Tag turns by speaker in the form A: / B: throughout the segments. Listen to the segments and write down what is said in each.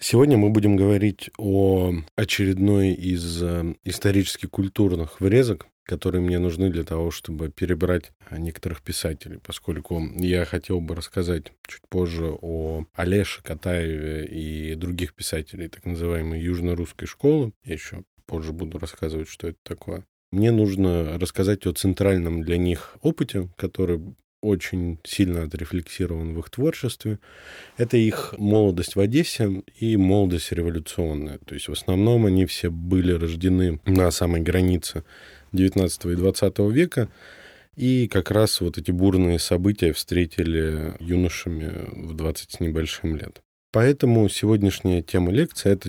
A: Сегодня мы будем говорить о очередной из исторически-культурных врезок, которые мне нужны для того, чтобы перебрать некоторых писателей, поскольку я хотел бы рассказать чуть позже о Олеше Катаеве и других писателей так называемой южно-русской школы. Я еще позже буду рассказывать, что это такое. Мне нужно рассказать о центральном для них опыте, который очень сильно отрефлексирован в их творчестве. Это их молодость в Одессе и молодость революционная. То есть в основном они все были рождены на самой границе XIX и XX века, и как раз вот эти бурные события встретили юношами в 20 с небольшим лет. Поэтому сегодняшняя тема лекции — это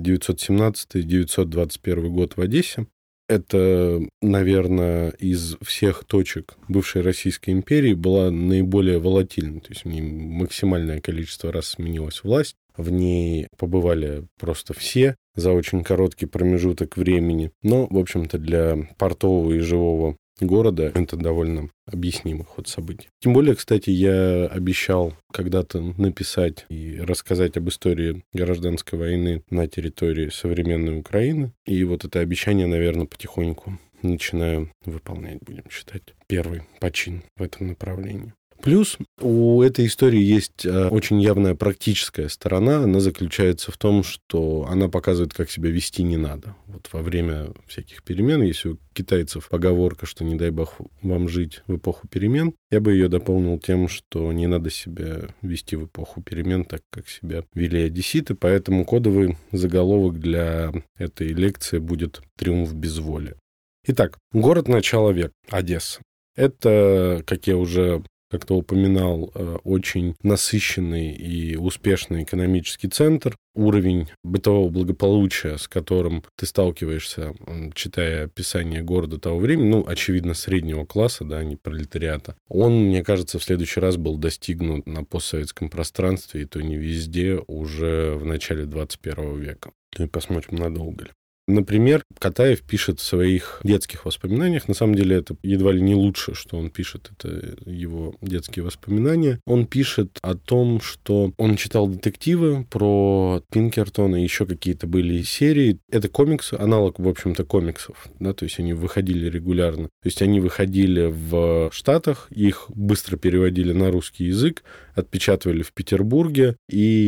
A: 917-921 год в Одессе. Это, наверное, из всех точек бывшей Российской империи была наиболее волатильной. То есть в ней максимальное количество раз сменилась власть. В ней побывали просто все за очень короткий промежуток времени. Но, в общем-то, для портового и живого города это довольно объяснимый ход событий. Тем более, кстати, я обещал когда-то написать и рассказать об истории гражданской войны на территории современной Украины. И вот это обещание, наверное, потихоньку начинаю выполнять, будем считать. Первый почин в этом направлении. Плюс у этой истории есть очень явная практическая сторона. Она заключается в том, что она показывает, как себя вести не надо. Вот во время всяких перемен, если у китайцев поговорка, что не дай бог вам жить в эпоху перемен, я бы ее дополнил тем, что не надо себя вести в эпоху перемен так, как себя вели одесситы. Поэтому кодовый заголовок для этой лекции будет «Триумф безволия». Итак, город начала века, Одесса. Это, как я уже как-то упоминал, очень насыщенный и успешный экономический центр. Уровень бытового благополучия, с которым ты сталкиваешься, читая описание города того времени, очевидно, среднего класса, да, а не пролетариата, он, мне кажется, в следующий раз был достигнут на постсоветском пространстве, и то не везде, уже в начале 21 века. И посмотрим, надолго ли. Например, Катаев пишет в своих детских воспоминаниях, на самом деле это едва ли не лучшее, что он пишет, это его детские воспоминания. Он пишет о том, что он читал детективы про Пинкертона, еще какие-то были серии. Это комиксы, аналог, в общем-то, комиксов, да, то есть они выходили регулярно. То есть они выходили в Штатах, их быстро переводили на русский язык, отпечатывали в Петербурге,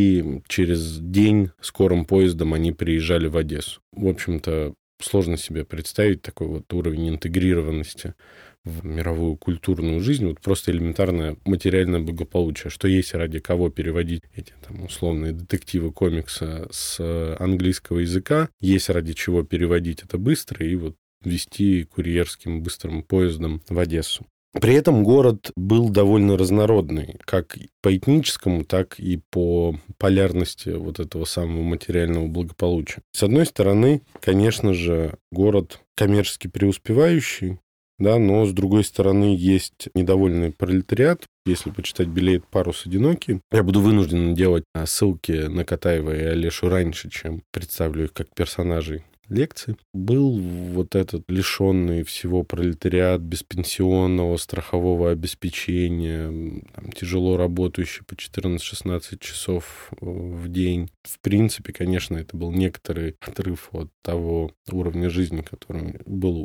A: и через день скорым поездом они приезжали в Одессу. В общем-то, сложно себе представить такой вот уровень интегрированности в мировую культурную жизнь, вот просто элементарное материальное благополучие, что есть ради кого переводить эти там условные детективы, комиксы с английского языка, есть ради чего переводить это быстро и вот везти курьерским быстрым поездом в Одессу. При этом город был довольно разнородный, как по этническому, так и по полярности вот этого самого материального благополучия. С одной стороны, конечно же, город коммерчески преуспевающий, да, но с другой стороны есть недовольный пролетариат. Если почитать «Белеет парус одинокий», я буду вынужден делать ссылки на Катаева и Олешу раньше, чем представлю их как персонажей лекции. Был вот этот лишенный всего пролетариат, беспенсионного, страхового обеспечения, там, тяжело работающий по 14-16 часов в день. В принципе, конечно, это был некоторый отрыв от того уровня жизни, который был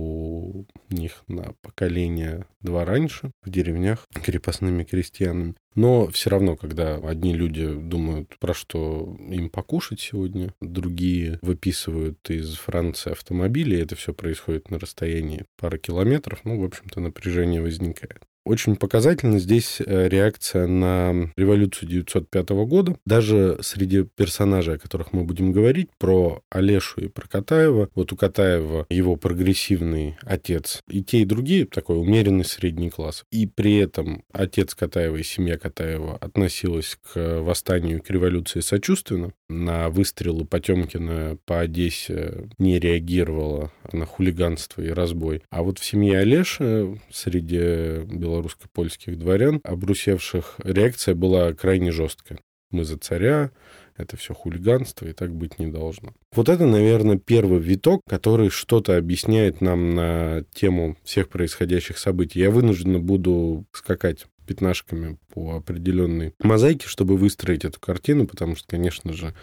A: у них на поколение два раньше, в деревнях, крепостными крестьянами. Но все равно, когда одни люди думают, про что им покушать сегодня, другие выписывают из Франции автомобили, и это все происходит на расстоянии пары километров, в общем-то, напряжение возникает. Очень показательна здесь реакция на революцию 1905 года. Даже среди персонажей, о которых мы будем говорить, про Олешу и про Катаева. Вот у Катаева его прогрессивный отец. И те, и другие такой умеренный средний класс. И при этом отец Катаева и семья Катаева относилась к восстанию, к революции сочувственно. На выстрелы Потемкина по Одессе не реагировала на хулиганство и разбой. А вот в семье Олеши среди белорусско-польских дворян, обрусевших, реакция была крайне жесткая. Мы за царя, это все хулиганство, и так быть не должно. Вот это, наверное, первый виток, который что-то объясняет нам на тему всех происходящих событий. Я вынужден буду скакать пятнашками по определенной мозаике, чтобы выстроить эту картину, потому что, конечно же,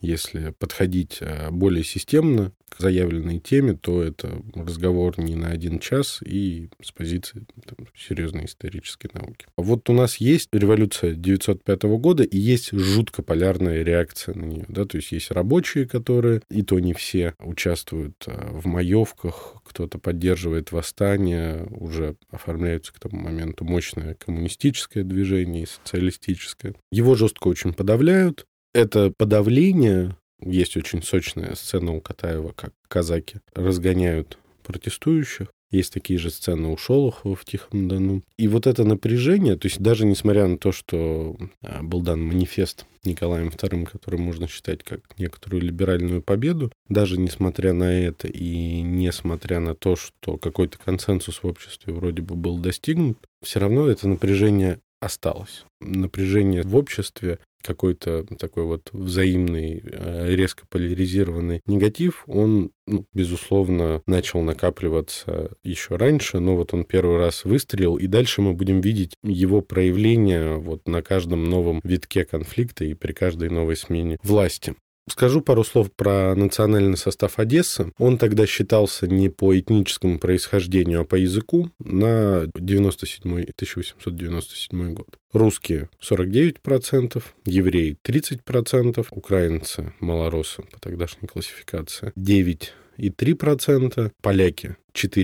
A: Если подходить более системно к заявленной теме, то это разговор не на 1 час и с позиции серьезной исторической науки. Вот у нас есть революция 1905 года, и есть жутко полярная реакция на нее. Да? То есть рабочие, которые, и то не все, участвуют в маевках, кто-то поддерживает восстание, уже оформляется к тому моменту мощное коммунистическое движение и социалистическое. Его жестко очень подавляют. Это подавление, есть очень сочная сцена у Катаева, как казаки разгоняют протестующих. Есть такие же сцены у Шолохова в Тихом Дону. И вот это напряжение, то есть даже несмотря на то, что был дан манифест Николаем II, который можно считать как некоторую либеральную победу, даже несмотря на это и несмотря на то, что какой-то консенсус в обществе вроде бы был достигнут, все равно это напряжение осталось. Напряжение в обществе, какой-то такой вот взаимный, резко поляризированный негатив, он, безусловно, начал накапливаться еще раньше, но вот он первый раз выстрелил, и дальше мы будем видеть его проявление вот на каждом новом витке конфликта и при каждой новой смене власти. Скажу пару слов про национальный состав Одессы. Он тогда считался не по этническому происхождению, а по языку на 1897 год. Русские 49%, евреи 30%, украинцы, малороссы по тогдашней классификации 9,3%, поляки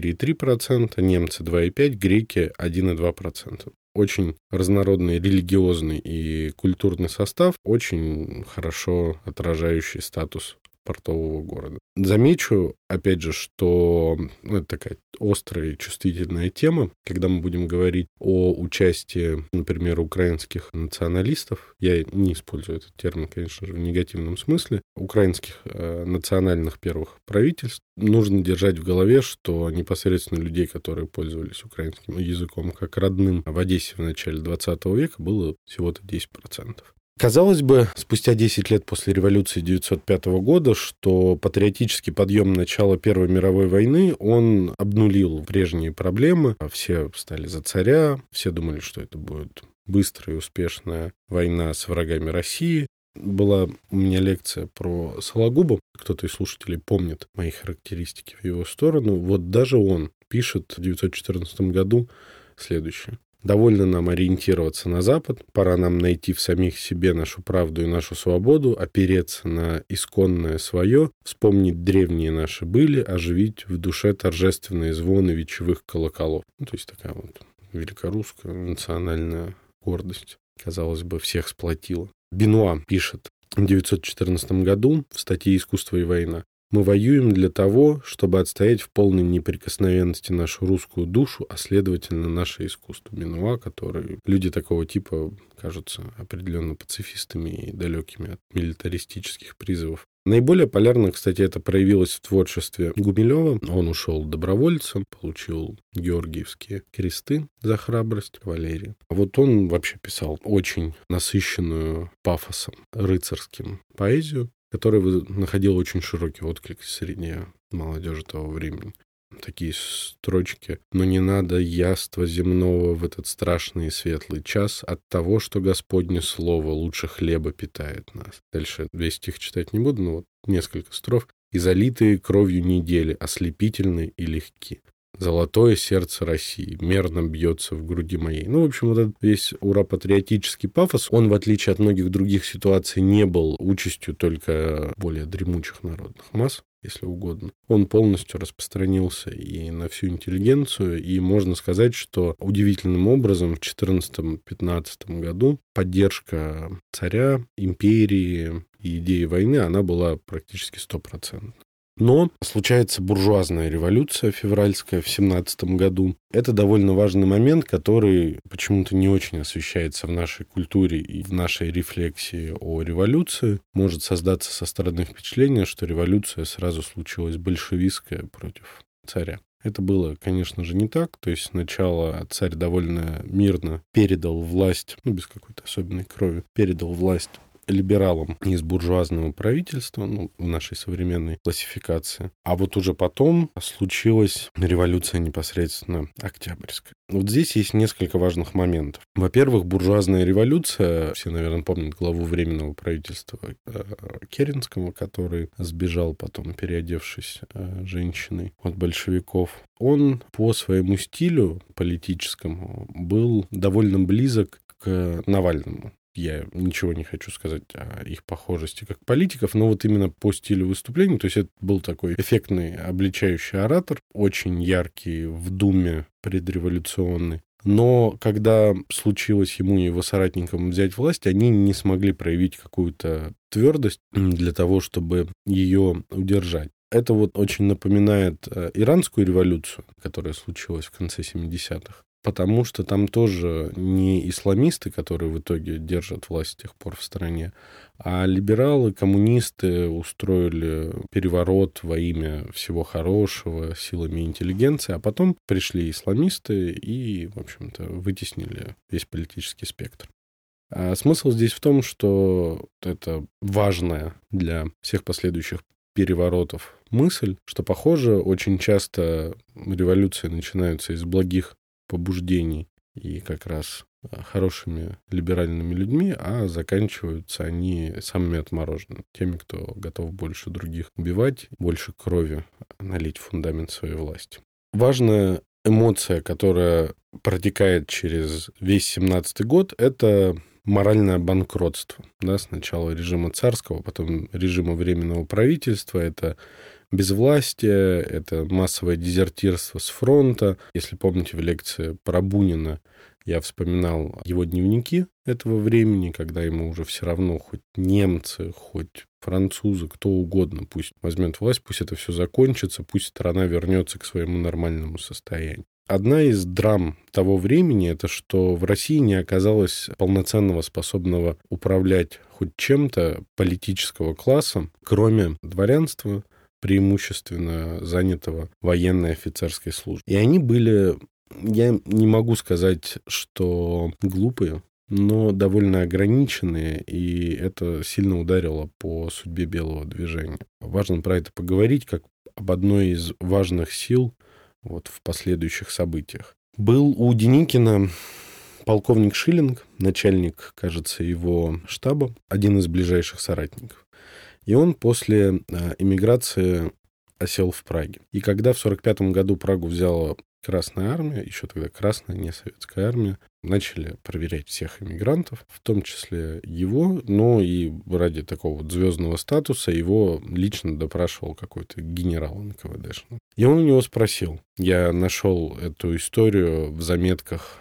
A: 4,3%, немцы 2,5%, греки 1,2%. Очень разнородный религиозный и культурный состав, очень хорошо отражающий статус портового города. Замечу, опять же, что это такая острая и чувствительная тема, когда мы будем говорить о участии, например, украинских националистов. Я не использую этот термин, конечно же, в негативном смысле. Украинских национальных первых правительств. Нужно держать в голове, что непосредственно людей, которые пользовались украинским языком как родным в Одессе в начале 20 века, было всего-то 10%. Казалось бы, спустя 10 лет после революции 1905 года, что патриотический подъем начала Первой мировой войны, он обнулил прежние проблемы. Все стали за царя, все думали, что это будет быстрая и успешная война с врагами России. Была у меня лекция про Сологуба. Кто-то из слушателей помнит мои характеристики в его сторону. Вот даже он пишет в 1914 году следующее. «Довольно нам ориентироваться на Запад, пора нам найти в самих себе нашу правду и нашу свободу, опереться на исконное свое, вспомнить древние наши были, оживить в душе торжественные звоны вечевых колоколов». То есть такая вот великорусская национальная гордость, казалось бы, всех сплотила. Бенуа пишет в 1914 году в статье «Искусство и война». «Мы воюем для того, чтобы отстоять в полной неприкосновенности нашу русскую душу, а следовательно, наше искусство». Бенуа, который люди такого типа кажутся определенно пацифистами и далекими от милитаристических призывов. Наиболее полярно, кстати, это проявилось в творчестве Гумилева. Он ушел добровольцем, получил георгиевские кресты за храбрость кавалерии. А вот он вообще писал очень насыщенную пафосом рыцарским поэзию, который находил очень широкий отклик среди молодежи того времени. Такие строчки. «Но не надо яства земного в этот страшный и светлый час от того, что Господне слово лучше хлеба питает нас». Дальше весь стих читать не буду, но вот несколько строф. «И залитые кровью недели, ослепительны и легки. Золотое сердце России мерно бьется в груди моей». В общем, вот этот весь ура-патриотический пафос, он, в отличие от многих других ситуаций, не был участью только более дремучих народных масс, если угодно. Он полностью распространился и на всю интеллигенцию, и можно сказать, что удивительным образом в 14-15 году поддержка царя, империи и идеи войны, она была практически 100%. Но случается буржуазная революция февральская в 17 году. Это довольно важный момент, который почему-то не очень освещается в нашей культуре и в нашей рефлексии о революции. Может создаться со стороны впечатление, что революция сразу случилась большевистская против царя. Это было, конечно же, не так. То есть сначала царь довольно мирно передал власть, без какой-то особенной крови, передал власть либералом из буржуазного правительства, в нашей современной классификации. А вот уже потом случилась революция непосредственно Октябрьская. Вот здесь есть несколько важных моментов. Во-первых, буржуазная революция, все, наверное, помнят главу Временного правительства Керенского, который сбежал потом, переодевшись женщиной от большевиков. Он по своему стилю политическому был довольно близок к Навальному. Я ничего не хочу сказать о их похожести как политиков, но вот именно по стилю выступления, то есть это был такой эффектный, обличающий оратор, очень яркий, в думе, предреволюционный. Но когда случилось ему и его соратникам взять власть, они не смогли проявить какую-то твердость для того, чтобы ее удержать. Это вот очень напоминает Иранскую революцию, которая случилась в конце 70-х. Потому что там тоже не исламисты, которые в итоге держат власть с тех пор в стране, а либералы, коммунисты устроили переворот во имя всего хорошего силами интеллигенции, а потом пришли исламисты и, в общем-то, вытеснили весь политический спектр. А смысл здесь в том, что это важная для всех последующих переворотов мысль, что, похоже, очень часто революции начинаются из благих побуждений и как раз хорошими либеральными людьми, а заканчиваются они самыми отмороженными, теми, кто готов больше других убивать, больше крови налить в фундамент своей власти. Важная эмоция, которая протекает через весь 17-й год, это моральное банкротство. Да, сначала режима царского, потом режима Временного правительства. Это безвластие, это массовое дезертирство с фронта. Если помните, в лекции про Бунина я вспоминал его дневники этого времени, когда ему уже все равно хоть немцы, хоть французы, кто угодно, пусть возьмет власть, пусть это все закончится, пусть страна вернется к своему нормальному состоянию. Одна из драм того времени — это что в России не оказалось полноценного, способного управлять хоть чем-то политического класса, кроме дворянства, преимущественно занятого военной офицерской службой. И они были, я не могу сказать, что глупые, но довольно ограниченные, и это сильно ударило по судьбе белого движения. Важно про это поговорить, как об одной из важных сил вот в последующих событиях. Был у Деникина полковник Шиллинг, начальник, кажется, его штаба, один из ближайших соратников. И он после эмиграции осел в Праге. И когда в 1945 году Прагу взяла Красная армия, еще тогда Красная, не Советская армия, начали проверять всех иммигрантов, в том числе его, но и ради такого вот звездного статуса его лично допрашивал какой-то генерал НКВДшный. И он у него спросил, я нашел эту историю в заметках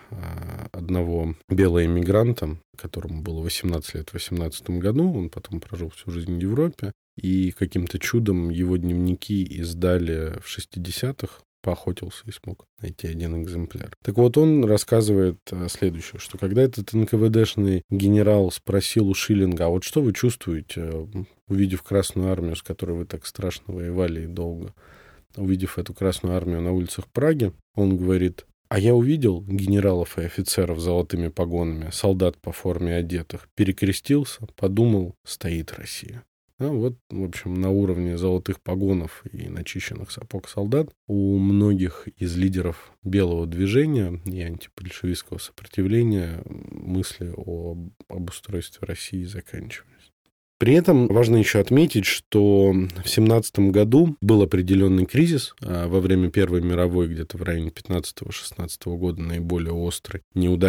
A: одного белого иммигранта, которому было 18 лет в 18 году, он потом прожил всю жизнь в Европе, и каким-то чудом его дневники издали в 60-х, поохотился и смог найти один экземпляр. Так вот, он рассказывает следующее, что когда этот НКВДшный генерал спросил у Шиллинга, а вот что вы чувствуете, увидев Красную армию, с которой вы так страшно воевали и долго, увидев эту Красную армию на улицах Праги, он говорит, а я увидел генералов и офицеров с золотыми погонами, солдат по форме одетых, перекрестился, подумал, стоит Россия. Вот, в общем, на уровне золотых погонов и начищенных сапог солдат у многих из лидеров белого движения и антибольшевистского сопротивления мысли об устройстве России заканчивались. При этом важно еще отметить, что в 1917 году был определенный кризис во время Первой мировой, где-то в районе 15-16 года, наиболее острый,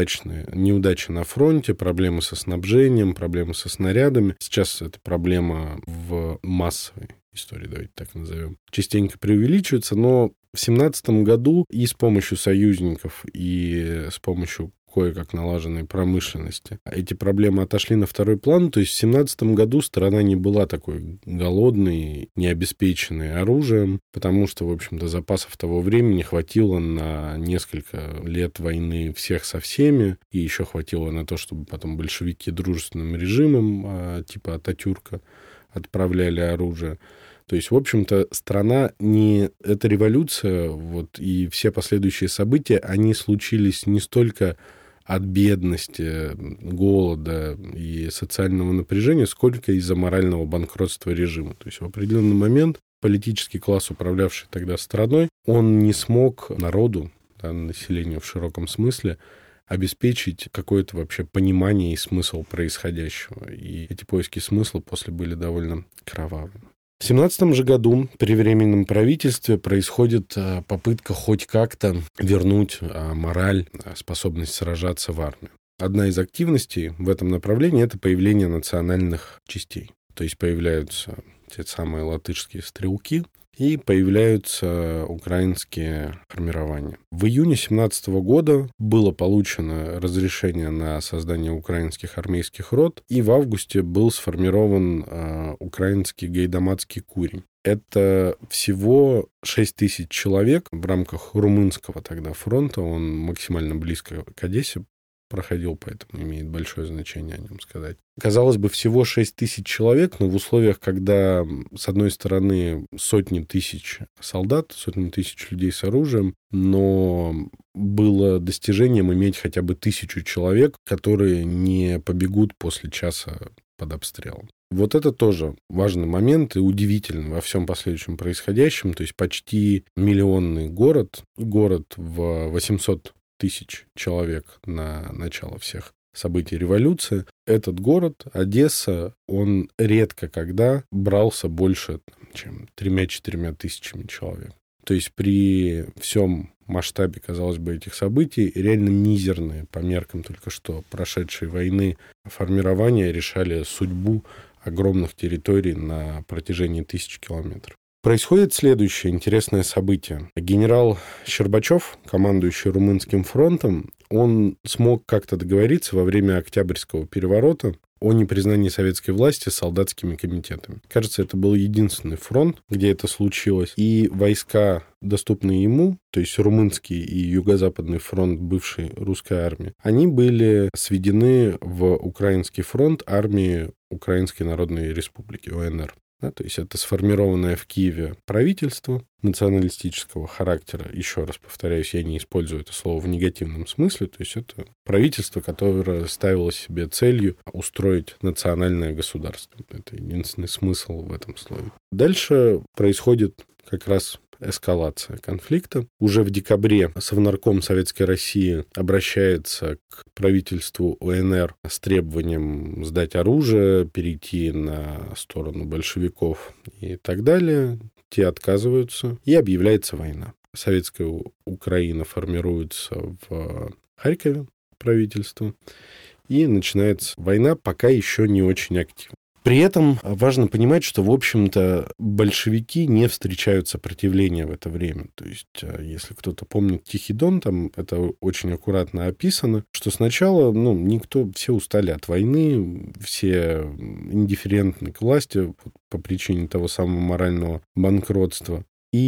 A: неудачи на фронте, проблемы со снабжением, проблемы со снарядами. Сейчас эта проблема в массовой истории, давайте так назовем, частенько преувеличивается, но в 1917 году и с помощью союзников, и с помощью кое-как налаженной промышленности эти проблемы отошли на второй план. То есть в 1917 году страна не была такой голодной, необеспеченной оружием, потому что, в общем-то, запасов того времени хватило на несколько лет войны всех со всеми, и еще хватило на то, чтобы потом большевики дружественным режимом типа Ататюрка отправляли оружие. То есть, в общем-то, страна не... Эта революция, вот, и все последующие события, они случились не столько от бедности, голода и социального напряжения, сколько из-за морального банкротства режима. То есть в определенный момент политический класс, управлявший тогда страной, он не смог народу, да, населению в широком смысле, обеспечить какое-то вообще понимание и смысл происходящего. И эти поиски смысла после были довольно кровавыми. В 1917 же году при Временном правительстве происходит попытка хоть как-то вернуть мораль, способность сражаться в армию. Одна из активностей в этом направлении – это появление национальных частей. То есть появляются те самые латышские стрелки, и появляются украинские формирования. В июне 1917 года было получено разрешение на создание украинских армейских рот, и в августе был сформирован украинский гайдамацкий курень. Это всего 6 тысяч человек в рамках румынского тогда фронта, он максимально близко к Одессе проходил, поэтому имеет большое значение о нем сказать. Казалось бы, всего 6 тысяч человек, но в условиях, когда, с одной стороны, сотни тысяч солдат, сотни тысяч людей с оружием, но было достижением иметь хотя бы 1000 человек, которые не побегут после часа под обстрелом. Вот это тоже важный момент и удивительно во всем последующем происходящем. То есть почти миллионный город в 800 тысяч человек на начало всех событий революции. Этот город, Одесса, он редко когда брался больше, чем 3-4 тысячами человек. То есть при всем масштабе, казалось бы, этих событий реально мизерные по меркам только что прошедшей войны формирования решали судьбу огромных территорий на протяжении 1000 километров. Происходит следующее интересное событие. Генерал Щербачев, командующий Румынским фронтом, он смог как-то договориться во время Октябрьского переворота о непризнании советской власти солдатскими комитетами. Кажется, это был единственный фронт, где это случилось. И войска, доступные ему, то есть Румынский и Юго-Западный фронт бывшей русской армии, они были сведены в Украинский фронт армии Украинской Народной Республики, УНР. Да, то есть это сформированное в Киеве правительство националистического характера. Еще раз повторяюсь, я не использую это слово в негативном смысле. То есть это правительство, которое ставило себе целью устроить национальное государство. Это единственный смысл в этом слове. Дальше происходит как раз эскалация конфликта. Уже в декабре Совнарком Советской России обращается к правительству УНР с требованием сдать оружие, перейти на сторону большевиков и так далее. Те отказываются, и объявляется война. Советская Украина формируется в Харькове, правительство, и начинается война, пока еще не очень активно. При этом важно понимать, что, в общем-то, большевики не встречают сопротивления в это время. То есть, если кто-то помнит «Тихий Дон», там это очень аккуратно описано, что сначала, все устали от войны, все индифферентны к власти по причине того самого морального банкротства.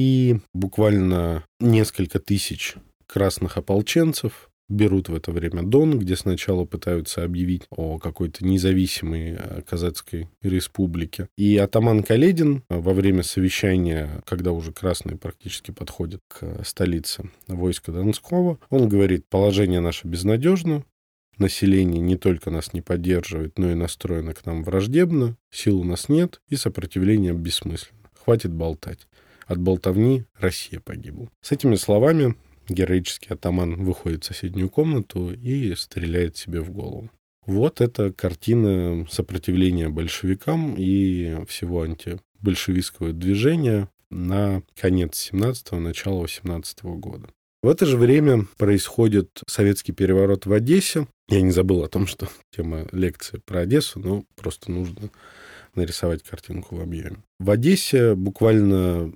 A: И буквально несколько тысяч красных ополченцев берут в это время Дон, где сначала пытаются объявить о какой-то независимой казацкой республике. И атаман Каледин во время совещания, когда уже красные практически подходят к столице войска Донского, он говорит: положение наше безнадежно, население не только нас не поддерживает, но и настроено к нам враждебно, сил у нас нет, и сопротивление бессмысленно. Хватит болтать. От болтовни Россия погибла. С этими словами героический атаман выходит в соседнюю комнату и стреляет себе в голову. Вот эта картина сопротивления большевикам и всего антибольшевистского движения на конец 17-го, начало 18-го года. В это же время происходит советский переворот в Одессе. Я не забыл о том, что тема лекции про Одессу, но просто нужно нарисовать картинку в объеме. В Одессе буквально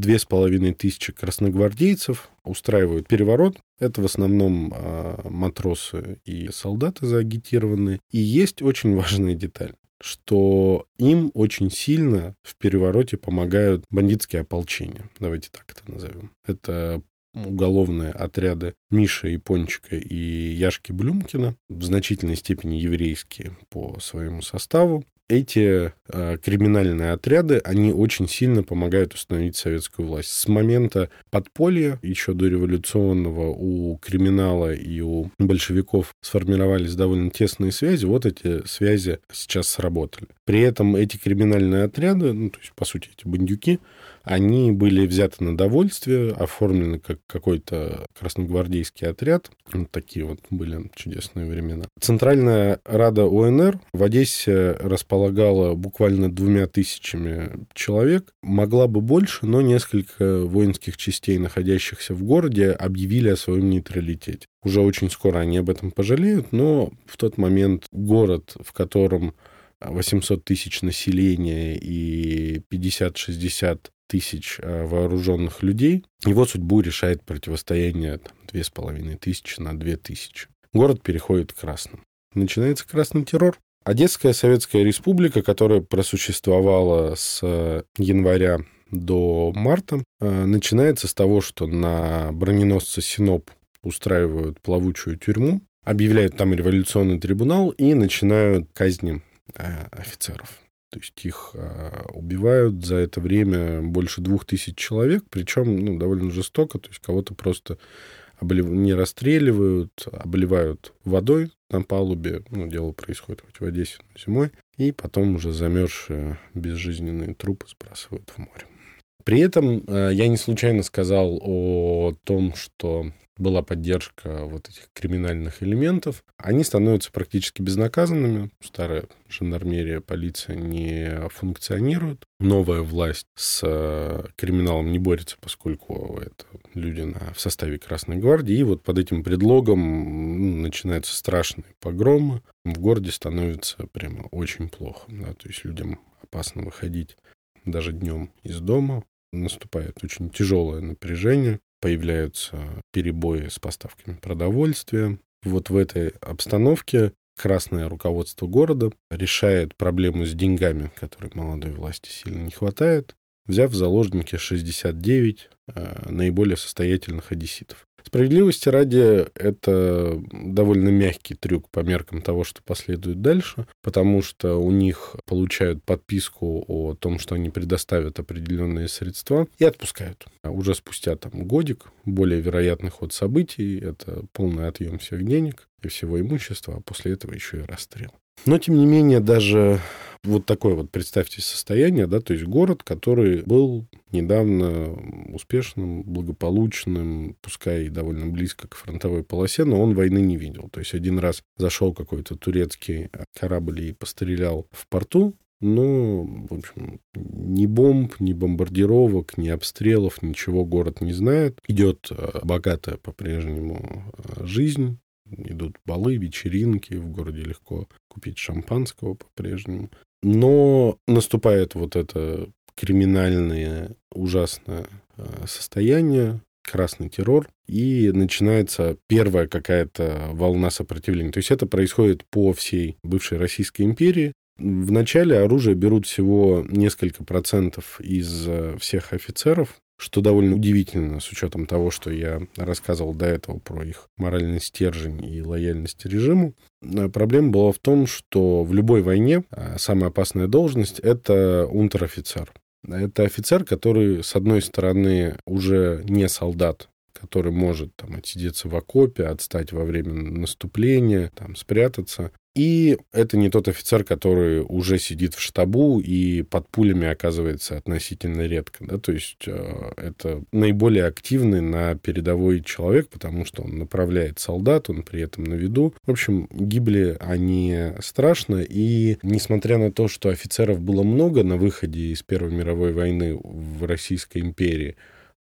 A: 2500 красногвардейцев устраивают переворот. Это в основном матросы и солдаты заагитированные. И есть очень важная деталь, что им очень сильно в перевороте помогают бандитские ополчения. Давайте так это назовем. Это уголовные отряды Миши Япончика и Яшки Блюмкина, в значительной степени еврейские по своему составу. эти криминальные отряды, они очень сильно помогают установить советскую власть. С момента подполья, еще до революционного, у криминала и у большевиков сформировались довольно тесные связи. Вот эти связи сейчас сработали. При этом эти криминальные отряды, то есть, по сути, эти бандюки, они были взяты на довольствие, оформлены как какой-то красногвардейский отряд. Вот такие вот были чудесные времена. Центральная Рада УНР в Одессе располагала буквально 2000 человек. Могла бы больше, но несколько воинских частей, находящихся в городе, объявили о своем нейтралитете. Уже очень скоро они об этом пожалеют, но в тот момент город, в котором 800 тысяч населения и 50-60 тысяч вооруженных людей, его судьбу решает противостояние 2500 на 2000. Город переходит к красным. Начинается красный террор. Одесская Советская Республика, которая просуществовала с января до марта, начинается с того, что на броненосце «Синоп» устраивают плавучую тюрьму, объявляют там революционный трибунал и начинают казни офицеров. То есть их убивают за это время больше 2000 человек, причем довольно жестоко, то есть кого-то просто не расстреливают, обливают водой на палубе. Дело происходит хоть в Одессе зимой. И потом уже замерзшие безжизненные трупы сбрасывают в море. При этом я не случайно сказал о том, что была поддержка вот этих криминальных элементов. Они становятся практически безнаказанными. Старая жандармерия, полиция не функционирует. Новая власть с криминалом не борется, поскольку это люди в составе Красной гвардии. И вот под этим предлогом начинаются страшные погромы. В городе становится прямо очень плохо. Да? То есть людям опасно выходить даже днем из дома. Наступает очень тяжелое напряжение. Появляются перебои с поставками продовольствия. Вот в этой обстановке красное руководство города решает проблему с деньгами, которой молодой власти сильно не хватает, взяв в заложники 69 наиболее состоятельных одесситов. Справедливости ради, это довольно мягкий трюк по меркам того, что последует дальше, потому что у них получают подписку о том, что они предоставят определенные средства и отпускают. Уже спустя годик, более вероятный ход событий, это полный отъем всех денег и всего имущества, а после этого еще и расстрел. Но, тем не менее, даже вот такое вот, представьте, состояние, да, то есть город, который был недавно успешным, благополучным, пускай и довольно близко к фронтовой полосе, но он войны не видел. То есть один раз зашел какой-то турецкий корабль и пострелял в порту, но, в общем, ни бомб, ни бомбардировок, ни обстрелов, ничего город не знает. Идет богатая по-прежнему жизнь. Идут балы, вечеринки, в городе легко купить шампанского по-прежнему. Но наступает вот это криминальное, ужасное состояние, красный террор, и начинается первая какая-то волна сопротивления. То есть это происходит по всей бывшей Российской империи. Вначале оружие берут всего несколько процентов из всех офицеров, что довольно удивительно, с учетом того, что я рассказывал до этого про их моральный стержень и лояльность режиму. Проблема была в том, что в любой войне самая опасная должность – это унтер-офицер. Это офицер, который, с одной стороны, уже не солдат, который может отсидеться в окопе, отстать во время наступления, спрятаться. И это не тот офицер, который уже сидит в штабу и под пулями оказывается относительно редко. Да? То есть это наиболее активный на передовой человек, потому что он направляет солдат, он при этом на виду. В общем, гибли они страшно. И несмотря на то, что офицеров было много на выходе из Первой мировой войны в Российской империи,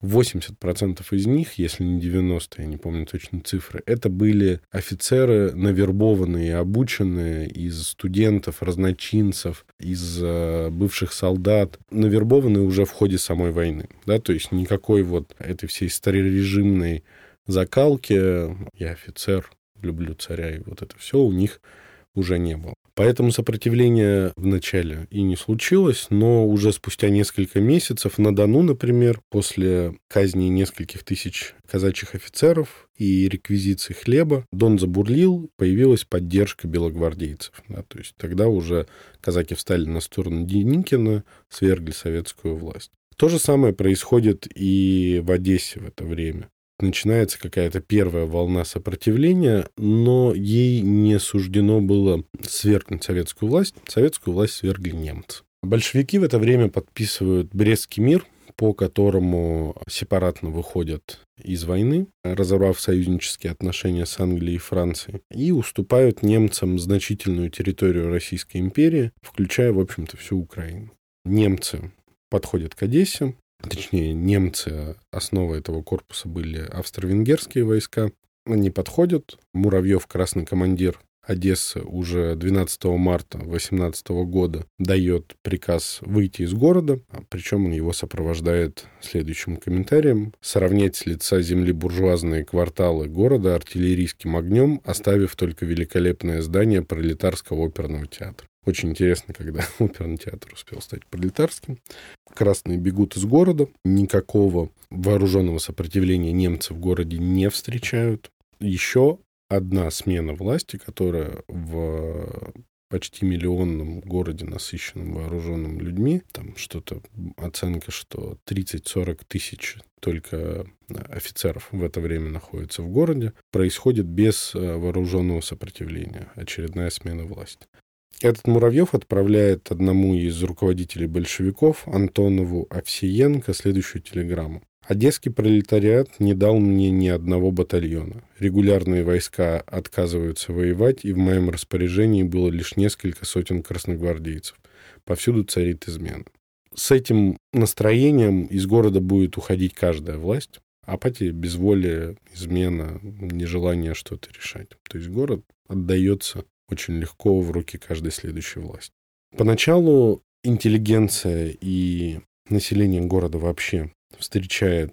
A: 80% из них, если не 90%, я не помню точно цифры, это были офицеры, навербованные, обученные из студентов, разночинцев, из бывших солдат, навербованные уже в ходе самой войны. Да? То есть никакой вот этой всей старорежимной закалки «я офицер, люблю царя» и вот это все у них уже не было. Поэтому сопротивления вначале и не случилось, но уже спустя несколько месяцев на Дону, например, после казни нескольких тысяч казачьих офицеров и реквизиции хлеба, Дон забурлил, появилась поддержка белогвардейцев. Да, то есть тогда уже казаки встали на сторону Деникина, свергли советскую власть. То же самое происходит и в Одессе в это время. Начинается какая-то первая волна сопротивления, но ей не суждено было свергнуть советскую власть. Советскую власть свергли немцы. Большевики в это время подписывают Брестский мир, по которому сепаратно выходят из войны, разорвав союзнические отношения с Англией и Францией, и уступают немцам значительную территорию Российской империи, включая, в общем-то, всю Украину. Немцы подходят к Одессе. Точнее, немцы, основой этого корпуса были австро-венгерские войска. Они подходят. Муравьев, красный командир Одессы, уже 12 марта 18 года дает приказ выйти из города. Причем он его сопровождает следующим комментарием. Сравнять с лица земли буржуазные кварталы города артиллерийским огнем, оставив только великолепное здание пролетарского оперного театра. Очень интересно, когда оперный театр успел стать пролетарским. Красные бегут из города. Никакого вооруженного сопротивления немцы в городе не встречают. Еще одна смена власти, которая в почти миллионном городе, насыщенном вооруженными людьми, там что-то, оценка, что 30-40 тысяч только офицеров в это время находятся в городе, происходит без вооруженного сопротивления. Очередная смена власти. Этот Муравьев отправляет одному из руководителей большевиков, Антонову Овсиенко, следующую телеграмму. «Одесский пролетариат не дал мне ни одного батальона. Регулярные войска отказываются воевать, и в моем распоряжении было лишь несколько сотен красногвардейцев. Повсюду царит измена». С этим настроением из города будет уходить каждая власть. Апатия, безволие, измена, нежелание что-то решать. То есть город отдается очень легко в руки каждой следующей власти. Поначалу интеллигенция и население города вообще встречает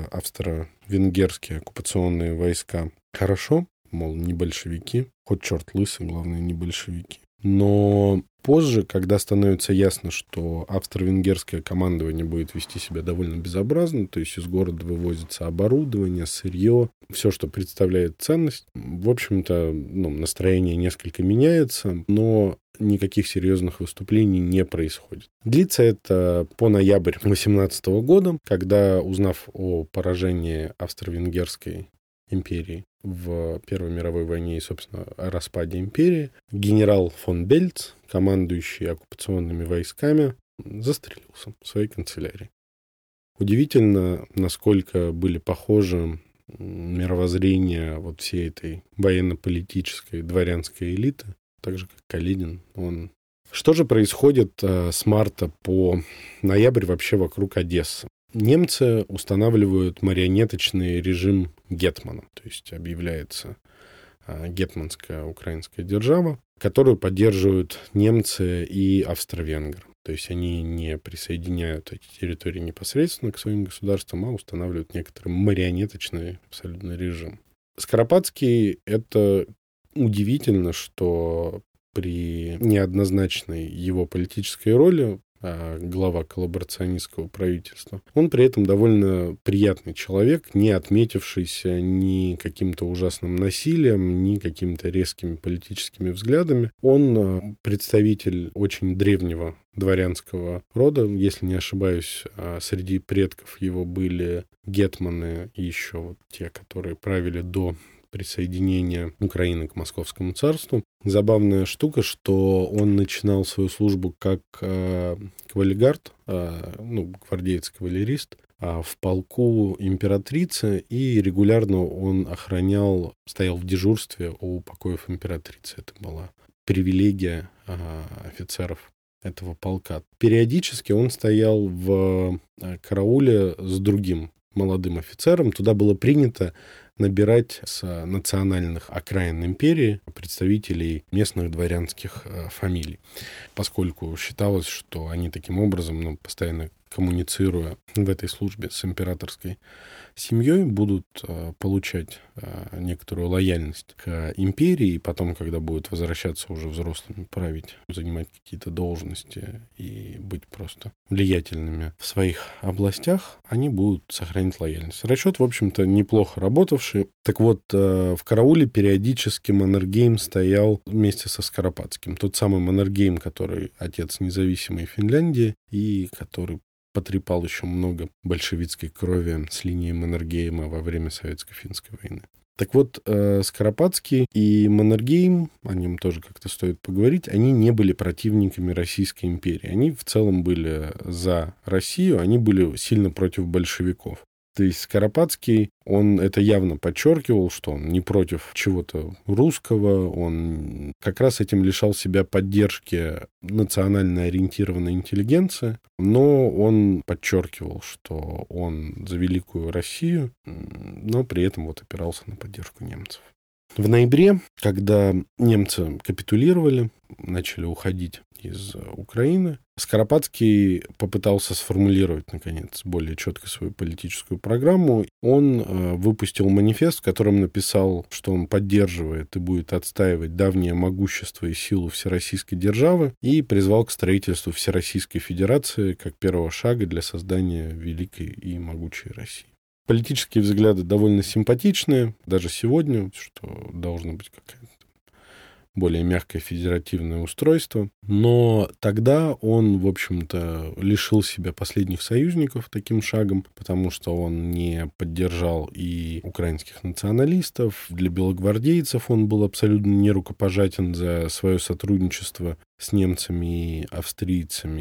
A: австро-венгерские оккупационные войска хорошо, мол, не большевики, хоть черт лысый, главное, не большевики. Но позже, когда становится ясно, что австро-венгерское командование будет вести себя довольно безобразно, то есть из города вывозится оборудование, сырье, все, что представляет ценность, в общем-то, настроение несколько меняется, но никаких серьезных выступлений не происходит. Длится это по ноябрь 18 года, когда, узнав о поражении австро-венгерской империи в Первой мировой войне и, собственно, о распаде империи, генерал фон Бельц, командующий оккупационными войсками, застрелился в своей канцелярии. Удивительно, насколько были похожи мировоззрения вот всей этой военно-политической дворянской элиты, так же, как Каледин. Что же происходит с марта по ноябрь вообще вокруг Одессы? Немцы устанавливают марионеточный режим гетмана, то есть объявляется гетманская украинская держава, которую поддерживают немцы и австро-венгры. То есть они не присоединяют эти территории непосредственно к своим государствам, а устанавливают некоторый марионеточный абсолютно режим. Скоропадский — это удивительно, что при неоднозначной его политической роли глава коллаборационистского правительства. Он при этом довольно приятный человек, не отметившийся ни каким-то ужасным насилием, ни какими-то резкими политическими взглядами. Он представитель очень древнего дворянского рода. Если не ошибаюсь, среди предков его были гетманы и еще вот те, которые правили до присоединения Украины к Московскому царству. Забавная штука, что он начинал свою службу как кавалергард, гвардеец-кавалерист, в полку императрицы, и регулярно он стоял в дежурстве у покоев императрицы. Это была привилегия офицеров этого полка. Периодически он стоял в карауле с другим молодым офицером. Туда было принято набирать с национальных окраин империи представителей местных дворянских фамилий, поскольку считалось, что они таким образом постоянно коммуницируя в этой службе с императорской семьей, будут получать некоторую лояльность к империи, и потом, когда будут возвращаться уже взрослыми, править, занимать какие-то должности и быть просто влиятельными в своих областях, они будут сохранять лояльность. Расчет, в общем-то, неплохо работавший. Так вот, в карауле периодически Маннергейм стоял вместе со Скоропадским. Тот самый Маннергейм, который отец независимой Финляндии и который потрепал еще много большевистской крови с линии Маннергейма во время Советско-финской войны. Так вот, Скоропадский и Маннергейм, о нем тоже как-то стоит поговорить, они не были противниками Российской империи. Они в целом были за Россию, они были сильно против большевиков. То есть Скоропадский, он это явно подчеркивал, что он не против чего-то русского, он как раз этим лишал себя поддержки национально ориентированной интеллигенции, но он подчеркивал, что он за великую Россию, но при этом вот опирался на поддержку немцев. В ноябре, когда немцы капитулировали, начали уходить из Украины, Скоропадский попытался сформулировать, наконец, более четко свою политическую программу. Он выпустил манифест, в котором написал, что он поддерживает и будет отстаивать давнее могущество и силу всероссийской державы, и призвал к строительству Всероссийской Федерации как первого шага для создания великой и могучей России. Политические взгляды довольно симпатичные, даже сегодня, что должно быть какая-то более мягкое федеративное устройство. Но тогда он, в общем-то, лишил себя последних союзников таким шагом, потому что он не поддержал и украинских националистов. Для белогвардейцев он был абсолютно нерукопожатен за свое сотрудничество с немцами и австрийцами,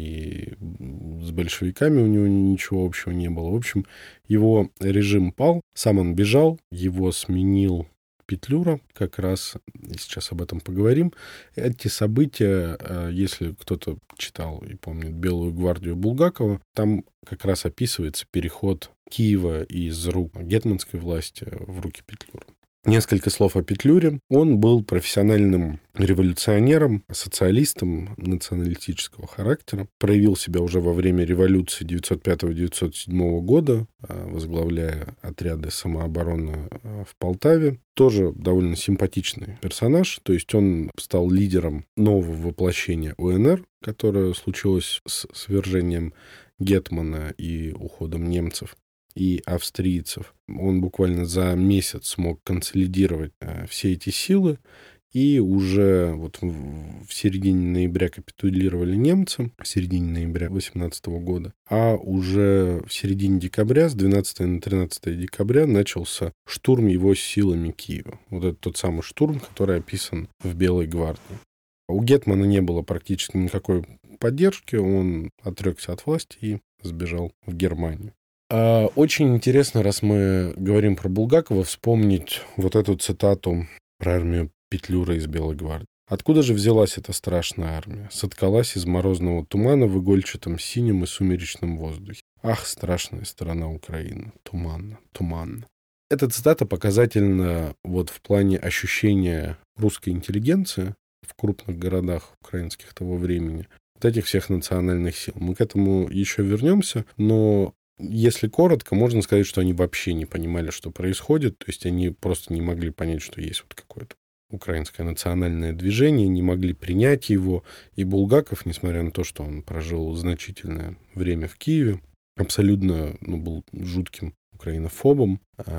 A: и с большевиками у него ничего общего не было. В общем, его режим пал, сам он бежал, его сменил Петлюра, как раз сейчас об этом поговорим. Эти события, если кто-то читал и помнит «Белую гвардию» Булгакова, там как раз описывается переход Киева из рук гетманской власти в руки Петлюры. Несколько слов о Петлюре. Он был профессиональным революционером, социалистом националистического характера. Проявил себя уже во время революции 1905-1907 года, возглавляя отряды самообороны в Полтаве. Тоже довольно симпатичный персонаж. То есть он стал лидером нового воплощения УНР, которое случилось с свержением гетмана и уходом немцев и австрийцев. Он буквально за месяц смог консолидировать все эти силы, и уже вот в середине ноября капитулировали немцы, в середине ноября 18 года, а уже в середине декабря, с 12 на 13 декабря, начался штурм его силами Киева. Вот это тот самый штурм, который описан в «Белой гвардии». У гетмана не было практически никакой поддержки, он отрекся от власти и сбежал в Германию. Очень интересно, раз мы говорим про Булгакова, вспомнить вот эту цитату про армию Петлюры из «Белой гвардии». Откуда же взялась эта страшная армия? Соткалась из морозного тумана в игольчатом синем и сумеречном воздухе. Ах, страшная сторона Украины. Туманно, туманно. Эта цитата показательна вот в плане ощущения русской интеллигенции в крупных городах украинских того времени, вот этих всех национальных сил. Мы к этому еще вернемся, но если коротко, можно сказать, что они вообще не понимали, что происходит, то есть они просто не могли понять, что есть вот какое-то украинское национальное движение, не могли принять его. И Булгаков, несмотря на то, что он прожил значительное время в Киеве, абсолютно был жутким украинофобом,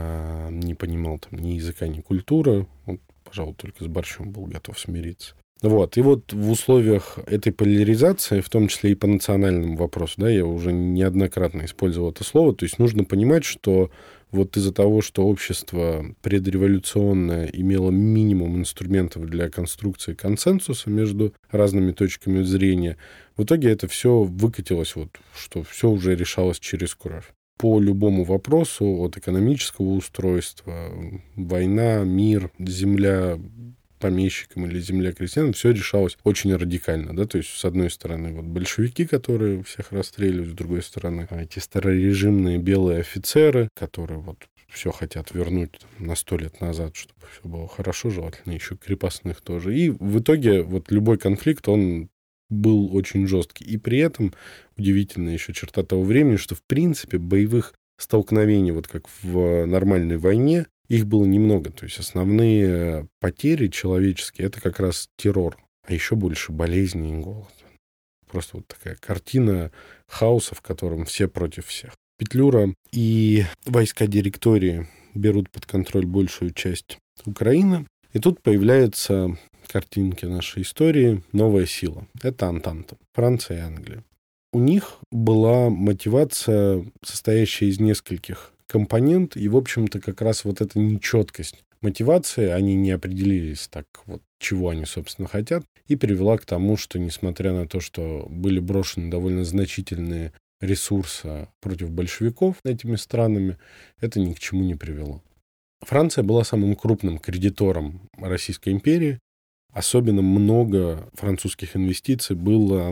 A: не понимал там ни языка, ни культуры. Он, пожалуй, только с борщом был готов смириться. Вот. И вот в условиях этой поляризации, в том числе и по национальному вопросу, да, я уже неоднократно использовал это слово, то есть нужно понимать, что вот из-за того, что общество предреволюционное имело минимум инструментов для конструкции консенсуса между разными точками зрения, в итоге это все выкатилось, вот, что все уже решалось через кровь. По любому вопросу, от экономического устройства, война, мир, земля помещикам или земля крестьянам, все решалось очень радикально, да, то есть, с одной стороны, вот большевики, которые всех расстреливают, с другой стороны, эти старорежимные белые офицеры, которые вот все хотят вернуть на 100 лет назад, чтобы все было хорошо, желательно еще крепостных тоже. И в итоге вот любой конфликт, он был очень жесткий. И при этом удивительная еще черта того времени, что, в принципе, боевых столкновений, вот как в нормальной войне, их было немного. То есть основные потери человеческие — это как раз террор, а еще больше болезни и голод. Просто вот такая картина хаоса, в котором все против всех. Петлюра и войска директории берут под контроль большую часть Украины. И тут появляются картинки нашей истории новая сила. Это Антанта, Франция и Англия. У них была мотивация, состоящая из нескольких компонент, и, в общем-то, как раз вот эта нечеткость мотивации, они не определились так вот, чего они, собственно, хотят, и привела к тому, что, несмотря на то, что были брошены довольно значительные ресурсы против большевиков этими странами, это ни к чему не привело. Франция была самым крупным кредитором Российской империи. Особенно много французских инвестиций было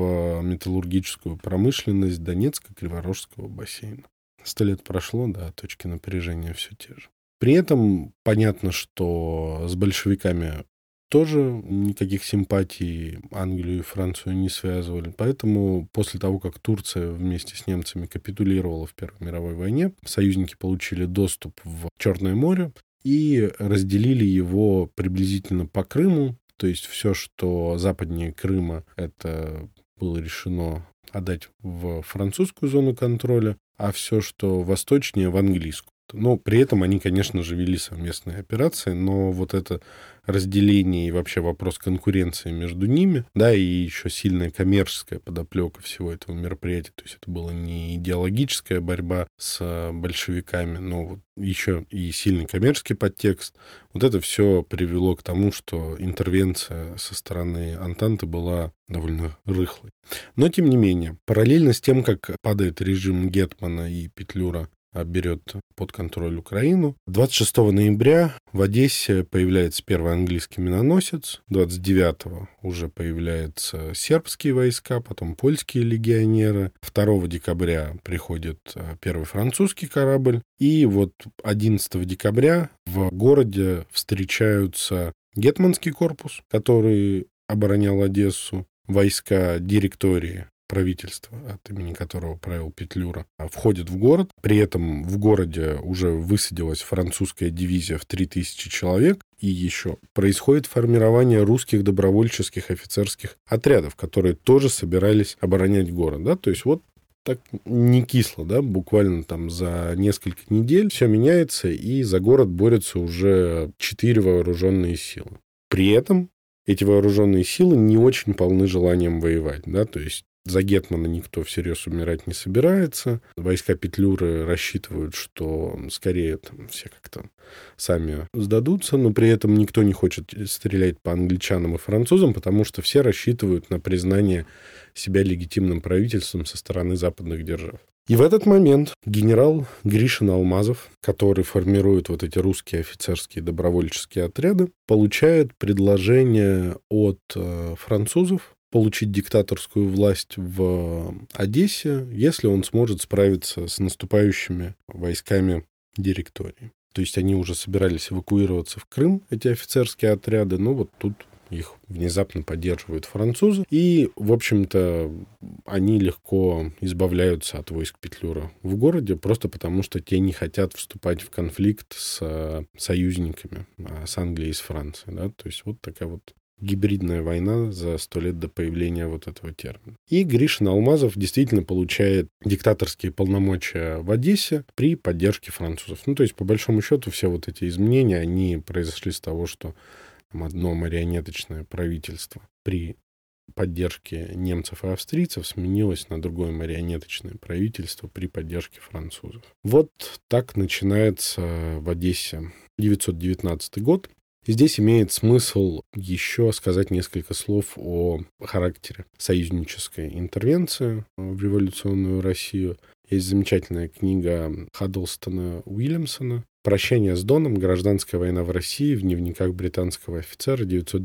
A: в металлургическую промышленность Донецко-Криворожского бассейна. 100 лет прошло, да, точки напряжения все те же. При этом понятно, что с большевиками тоже никаких симпатий Англию и Францию не связывали. Поэтому после того, как Турция вместе с немцами капитулировала в Первой мировой войне, союзники получили доступ в Черное море и разделили его приблизительно по Крыму. То есть все, что западнее Крыма, это было решено отдать в французскую зону контроля, а все, что восточнее, в английскую. Но при этом они, конечно же, вели совместные операции, но вот это разделение и вообще вопрос конкуренции между ними, да, и еще сильная коммерческая подоплека всего этого мероприятия, то есть это была не идеологическая борьба с большевиками, но вот еще и сильный коммерческий подтекст, вот это все привело к тому, что интервенция со стороны Антанты была довольно рыхлой. Но, тем не менее, параллельно с тем, как падает режим Гетмана и Петлюра берет под контроль Украину. 26 ноября в Одессе появляется первый английский миноносец, 29-го уже появляются сербские войска, потом польские легионеры, 2 декабря приходит первый французский корабль, и вот 11 декабря в городе встречаются Гетманский корпус, который оборонял Одессу, войска директории, правительства, от имени которого правил Петлюра, входит в город. При этом в городе уже высадилась французская дивизия в 3000 человек. И еще происходит формирование русских добровольческих офицерских отрядов, которые тоже собирались оборонять город. Да? То есть вот так не кисло, да, буквально там за несколько недель все меняется, и за город борются уже 4 вооруженные силы. При этом эти вооруженные силы не очень полны желанием воевать, да, то есть за Гетмана никто всерьез умирать не собирается. Войска Петлюры рассчитывают, что скорее там все как-то сами сдадутся, но при этом никто не хочет стрелять по англичанам и французам, потому что все рассчитывают на признание себя легитимным правительством со стороны западных держав. И в этот момент генерал Гришин Алмазов, который формирует вот эти русские офицерские добровольческие отряды, получает предложение от французов получить диктаторскую власть в Одессе, если он сможет справиться с наступающими войсками директории. То есть они уже собирались эвакуироваться в Крым, эти офицерские отряды, но вот тут их внезапно поддерживают французы. И, в общем-то, они легко избавляются от войск Петлюры в городе, просто потому что те не хотят вступать в конфликт с союзниками, с Англией и с Францией. Да? То есть вот такая вот гибридная война за 100 лет до появления вот этого термина. И Гришин Алмазов действительно получает диктаторские полномочия в Одессе при поддержке французов. Ну, то есть, по большому счету, все вот эти изменения, они произошли с того, что одно марионеточное правительство при поддержке немцев и австрийцев сменилось на другое марионеточное правительство при поддержке французов. Вот так начинается в Одессе 919 год. И здесь имеет смысл еще сказать несколько слов о характере союзнической интервенции в революционную Россию. Есть замечательная книга Хаддлстона Уильямсона «Прощание с Доном. Гражданская война в России в дневниках британского офицера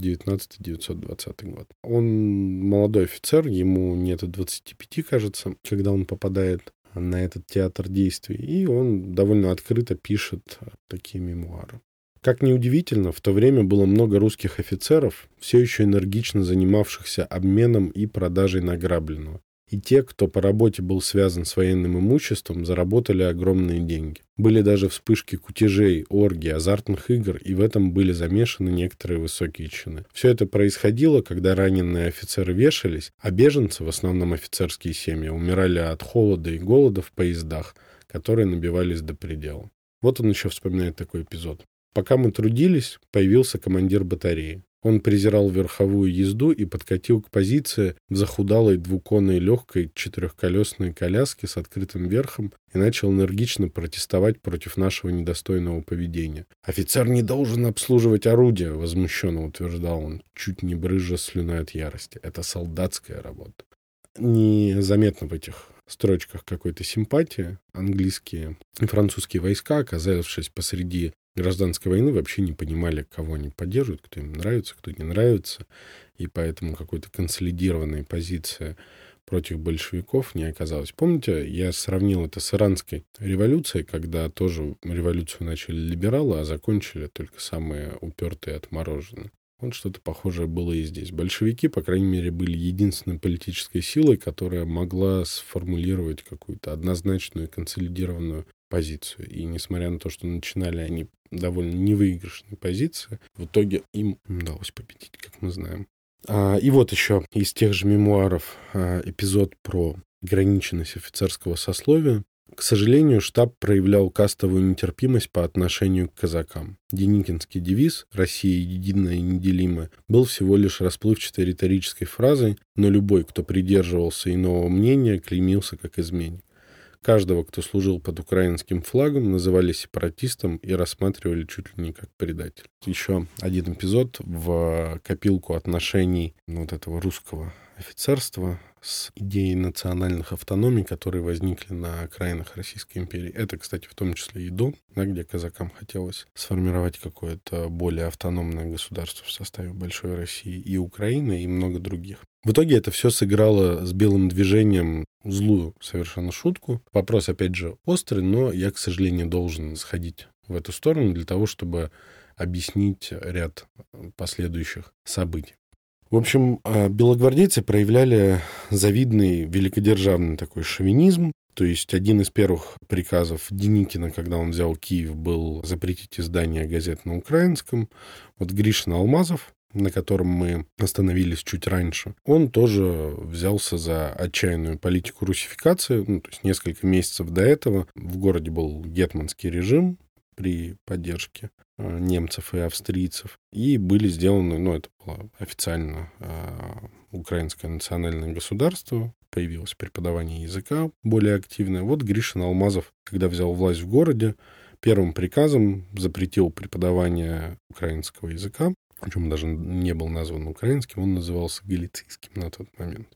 A: 919-920 год». Он молодой офицер, ему нет и 25, кажется, когда он попадает на этот театр действий, и он довольно открыто пишет такие мемуары. Как ни удивительно, в то время было много русских офицеров, все еще энергично занимавшихся обменом и продажей награбленного. И те, кто по работе был связан с военным имуществом, заработали огромные деньги. Были даже вспышки кутежей, оргий, азартных игр, и в этом были замешаны некоторые высокие чины. Все это происходило, когда раненые офицеры вешались, а беженцы, в основном офицерские семьи, умирали от холода и голода в поездах, которые набивались до предела. Вот он еще вспоминает такой эпизод. Пока мы трудились, появился командир батареи. Он презирал верховую езду и подкатил к позиции в захудалой двуконной легкой четырехколесной коляске с открытым верхом и начал энергично протестовать против нашего недостойного поведения. «Офицер не должен обслуживать орудие», — возмущенно утверждал он, чуть не брызжа слюной от ярости. «Это солдатская работа». Незаметно в этих строчках какой-то симпатии. Английские и французские войска, оказавшись посреди гражданской войны, вообще не понимали, кого они поддерживают, кто им нравится, кто не нравится. И поэтому какой-то консолидированной позиции против большевиков не оказалось. Помните, я сравнил это с иранской революцией, когда тоже революцию начали либералы, а закончили только самые упертые отмороженные. Вот что-то похожее было и здесь. Большевики, по крайней мере, были единственной политической силой, которая могла сформулировать какую-то однозначную консолидированную позицию. И несмотря на то, что начинали они довольно невыигрышной позиции, в итоге им удалось победить, как мы знаем. И вот еще из тех же мемуаров эпизод про ограниченность офицерского сословия. К сожалению, штаб проявлял кастовую нетерпимость по отношению к казакам. Деникинский девиз «Россия единая и неделимая» был всего лишь расплывчатой риторической фразой, но любой, кто придерживался иного мнения, клеймился как изменник. Каждого, кто служил под украинским флагом, называли сепаратистом и рассматривали чуть ли не как предатель. Еще один эпизод в копилку отношений вот этого русского офицерства с идеей национальных автономий, которые возникли на окраинах Российской империи. Это, кстати, в том числе и Дон, где казакам хотелось сформировать какое-то более автономное государство в составе Большой России, и Украины, и много других. В итоге это все сыграло с белым движением злую совершенно шутку. Вопрос, опять же, острый, но я, к сожалению, должен сходить в эту сторону для того, чтобы объяснить ряд последующих событий. В общем, белогвардейцы проявляли завидный великодержавный такой шовинизм. То есть один из первых приказов Деникина, когда он взял Киев, был запретить издание газет на украинском. Вот Гришин Алмазов, на котором мы остановились чуть раньше, он тоже взялся за отчаянную политику русификации. То есть несколько месяцев до этого в городе был гетманский режим при поддержке немцев и австрийцев. И были сделаны, это было официально украинское национальное государство, появилось преподавание языка более активное. Вот Гришин Алмазов, когда взял власть в городе, первым приказом запретил преподавание украинского языка, причем даже не был назван украинским, он назывался галицийским на тот момент.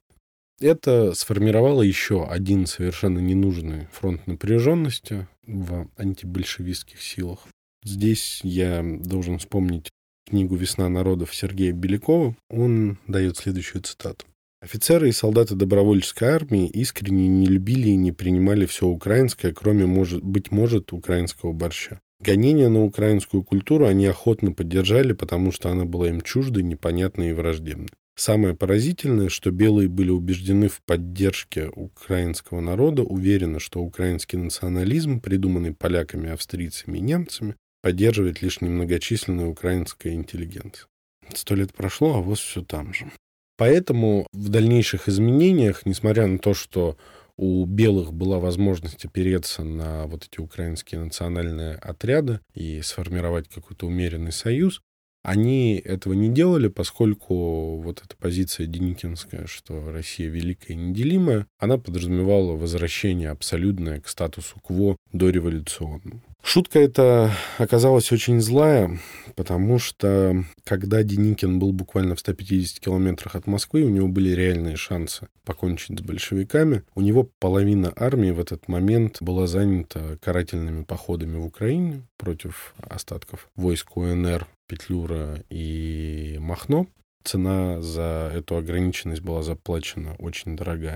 A: Это сформировало еще один совершенно ненужный фронт напряженности в антибольшевистских силах. Здесь я должен вспомнить книгу «Весна народов» Сергея Белякова. Он дает следующую цитату. «Офицеры и солдаты добровольческой армии искренне не любили и не принимали все украинское, кроме, быть может, украинского борща. Гонения на украинскую культуру они охотно поддержали, потому что она была им чуждой, непонятной и враждебной. Самое поразительное, что белые были убеждены в поддержке украинского народа, уверены, что украинский национализм, придуманный поляками, австрийцами и немцами, поддерживает лишь немногочисленная украинская интеллигенция. 100 лет прошло, а вот все там же. Поэтому в дальнейших изменениях, несмотря на то, что у белых была возможность опереться на вот эти украинские национальные отряды и сформировать какой-то умеренный союз, они этого не делали, поскольку вот эта позиция деникинская, что Россия великая и неделимая, она подразумевала возвращение абсолютное к статусу кво дореволюционному. Шутка эта оказалась очень злая, потому что когда Деникин был буквально в 150 километрах от Москвы, у него были реальные шансы покончить с большевиками. У него половина армии в этот момент была занята карательными походами в Украине против остатков войск УНР, Петлюра и Махно. Цена за эту ограниченность была заплачена очень дорогая.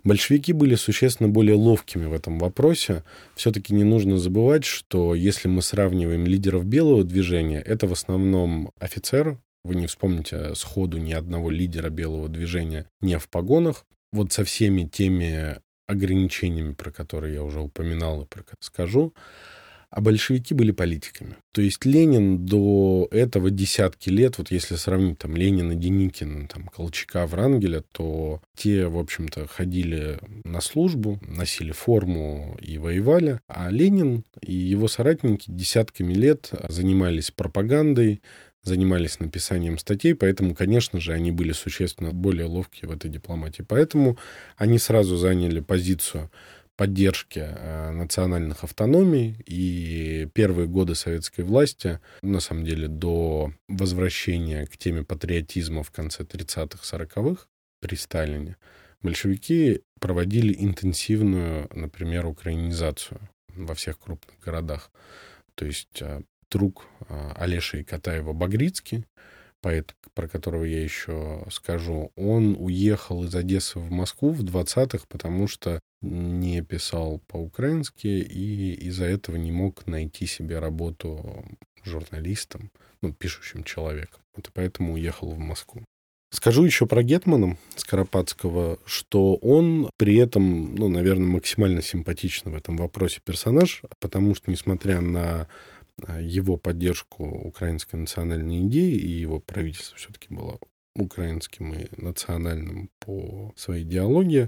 A: Большевики были существенно более ловкими в этом вопросе. Все-таки не нужно забывать, что если мы сравниваем лидеров белого движения, это в основном офицеры. Вы не вспомните сходу ни одного лидера белого движения не в погонах. Вот со всеми теми ограничениями, про которые я уже упоминал и про которые скажу. А большевики были политиками. То есть Ленин до этого десятки лет, вот если сравнить там Ленина, Деникина, там, Колчака, Врангеля, то те, в общем-то, ходили на службу, носили форму и воевали. А Ленин и его соратники десятками лет занимались пропагандой, занимались написанием статей, поэтому, конечно же, они были существенно более ловкие в этой дипломатии. Поэтому они сразу заняли позицию поддержки национальных автономий, и первые годы советской власти, на самом деле, до возвращения к теме патриотизма в конце 30-х, 40-х при Сталине, большевики проводили интенсивную, например, украинизацию во всех крупных городах. То есть друг Олеши Катаева-Багрицкий, поэт, про которого я еще скажу, он уехал из Одессы в Москву в 20-х, потому что не писал по-украински и из-за этого не мог найти себе работу журналистом, пишущим человеком. Вот и поэтому уехал в Москву. Скажу еще про гетмана Скоропадского, что он при этом, наверное, максимально симпатичный в этом вопросе персонаж, потому что, несмотря на его поддержку украинской национальной идеи, и его правительство все-таки было украинским и национальным по своей идеологии,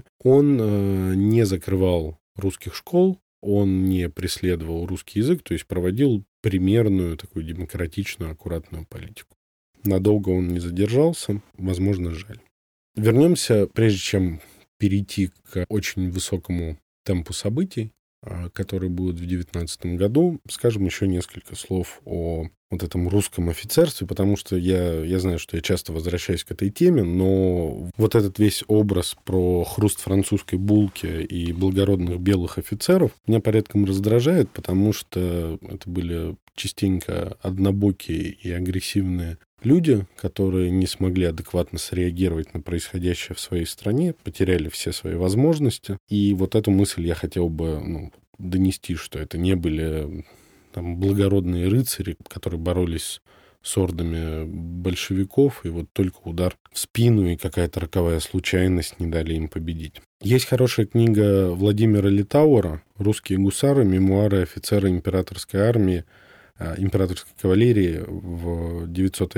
A: он не закрывал русских школ, он не преследовал русский язык, то есть проводил примерную такую демократичную, аккуратную политику. Надолго он не задержался, возможно, жаль. Вернемся, прежде чем перейти к очень высокому темпу событий, которые будут в 2019 году, скажем еще несколько слов о вот этом русском офицерстве, потому что я знаю, что я часто возвращаюсь к этой теме, но вот этот весь образ про хруст французской булки и благородных белых офицеров меня порядком раздражает, потому что это были частенько однобокие и агрессивные люди, которые не смогли адекватно среагировать на происходящее в своей стране, потеряли все свои возможности. И вот эту мысль я хотел бы донести, что это не были благородные рыцари, которые боролись с ордами большевиков, и вот только удар в спину и какая-то роковая случайность не дали им победить. Есть хорошая книга Владимира Литауэра «Русские гусары. Мемуары офицера императорской армии, императорской кавалерии в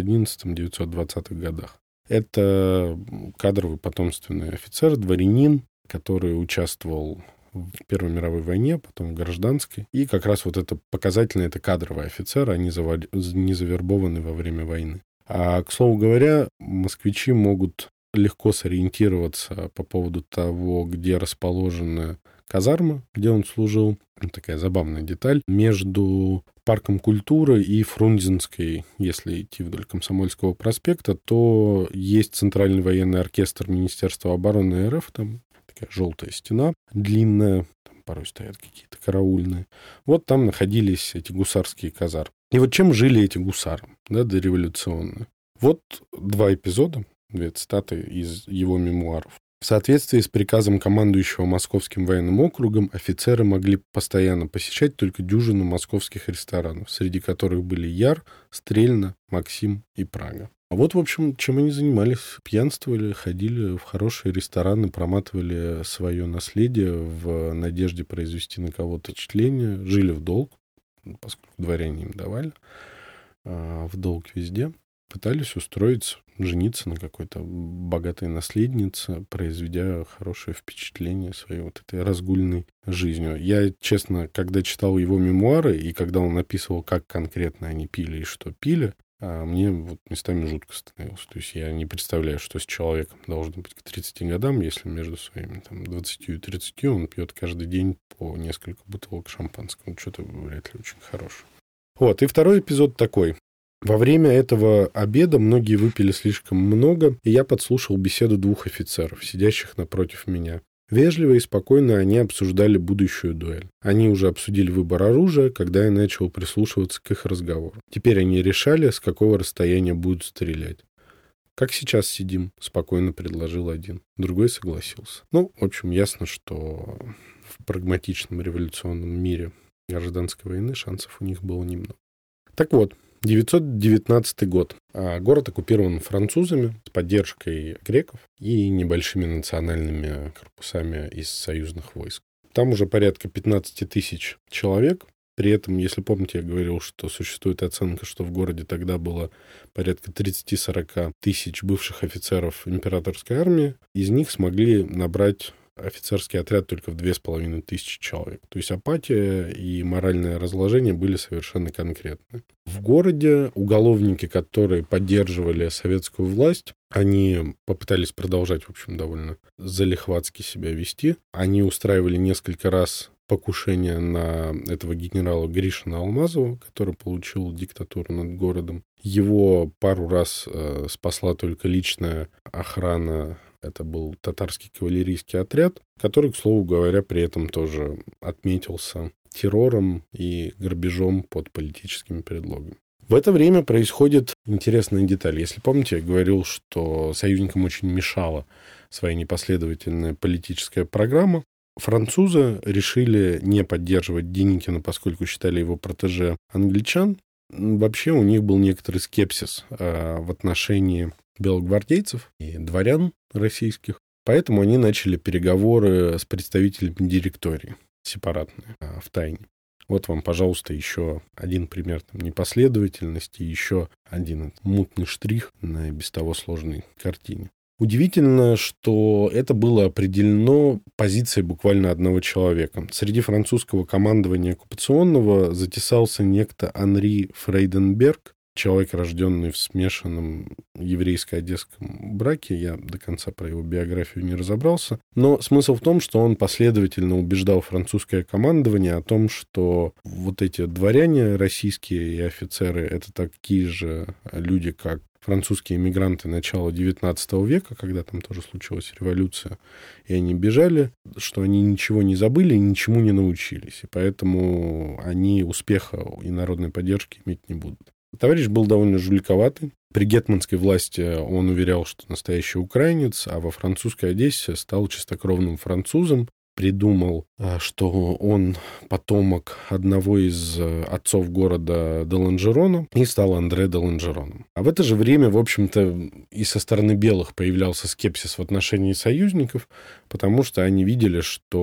A: 911-920-х годах». Это кадровый потомственный офицер, дворянин, который участвовал в Первой мировой войне, потом в гражданской. И как раз вот это показательно, это кадровый офицер, они не завербованы во время войны. А, к слову говоря, москвичи могут легко сориентироваться по поводу того, где расположена казарма, где он служил. Такая забавная деталь. Между Парком культуры и Фрунзенской, если идти вдоль Комсомольского проспекта, то есть Центральный военный оркестр Министерства обороны РФ, там такая желтая стена, длинная, там порой стоят какие-то караульные. Вот там находились эти гусарские казармы. И вот чем жили эти гусары, дореволюционные? Вот два эпизода, две цитаты из его мемуаров. В соответствии с приказом командующего Московским военным округом, офицеры могли постоянно посещать только дюжину московских ресторанов, среди которых были Яр, Стрельна, Максим и Прага. А вот, в общем, чем они занимались. Пьянствовали, ходили в хорошие рестораны, проматывали свое наследие в надежде произвести на кого-то впечатление, жили в долг, поскольку дворяне им давали, в долг везде. Пытались устроиться, жениться на какой-то богатой наследнице, произведя хорошее впечатление своей вот этой разгульной жизнью. Я, честно, когда читал его мемуары, и когда он описывал, как конкретно они пили и что пили, мне вот местами жутко становилось. То есть я не представляю, что с человеком должно быть к 30 годам, если между своими 20 и 30 он пьет каждый день по несколько бутылок шампанского. Что-то вряд ли очень хорошее. Вот, и второй эпизод такой. Во время этого обеда многие выпили слишком много, и я подслушал беседу двух офицеров, сидящих напротив меня. Вежливо и спокойно они обсуждали будущую дуэль. Они уже обсудили выбор оружия, когда я начал прислушиваться к их разговору. Теперь они решали, с какого расстояния будут стрелять. Как сейчас сидим, спокойно предложил один. Другой согласился. В общем, ясно, что в прагматичном революционном мире гражданской войны шансов у них было немного. Так вот, 919 год. Город оккупирован французами с поддержкой греков и небольшими национальными корпусами из союзных войск. Там уже порядка 15 тысяч человек. При этом, если помните, я говорил, что существует оценка, что в городе тогда было порядка 30-40 тысяч бывших офицеров императорской армии. Из них смогли набрать офицерский отряд только в 2500 человек. То есть апатия и моральное разложение были совершенно конкретны. В городе уголовники, которые поддерживали советскую власть, они попытались продолжать, в общем, довольно залихватски себя вести. Они устраивали несколько раз покушение на этого генерала Гришина Алмазова, который получил диктатуру над городом. Его пару раз спасла только личная охрана. Это был татарский кавалерийский отряд, который, к слову говоря, при этом тоже отметился террором и грабежом под политическими предлогами. В это время происходит интересная деталь. Если помните, я говорил, что союзникам очень мешала своя непоследовательная политическая программа. Французы решили не поддерживать Деникина, поскольку считали его протеже англичан. Вообще у них был некоторый скепсис в отношении белогвардейцев и дворян российских. Поэтому они начали переговоры с представителями директории, сепаратные, в тайне. Вот вам, пожалуйста, еще один пример непоследовательности, еще один мутный штрих на без того сложной картине. Удивительно, что это было определено позицией буквально одного человека. Среди французского командования оккупационного затесался некто Анри Фрейденберг, человек, рожденный в смешанном еврейско-одесском браке. Я до конца про его биографию не разобрался. Но смысл в том, что он последовательно убеждал французское командование о том, что вот эти дворяне российские и офицеры — это такие же люди, как французские эмигранты начала XIX века, когда там тоже случилась революция, и они бежали, что они ничего не забыли и ничему не научились. И поэтому они успеха и народной поддержки иметь не будут. Товарищ был довольно жуликоватый. При гетманской власти он уверял, что настоящий украинец, а во французской Одессе стал чистокровным французом. Придумал, что он потомок одного из отцов города де Ланжерона и стал Андре де Ланжероном. А в это же время, в общем-то, и со стороны белых появлялся скепсис в отношении союзников, потому что они видели,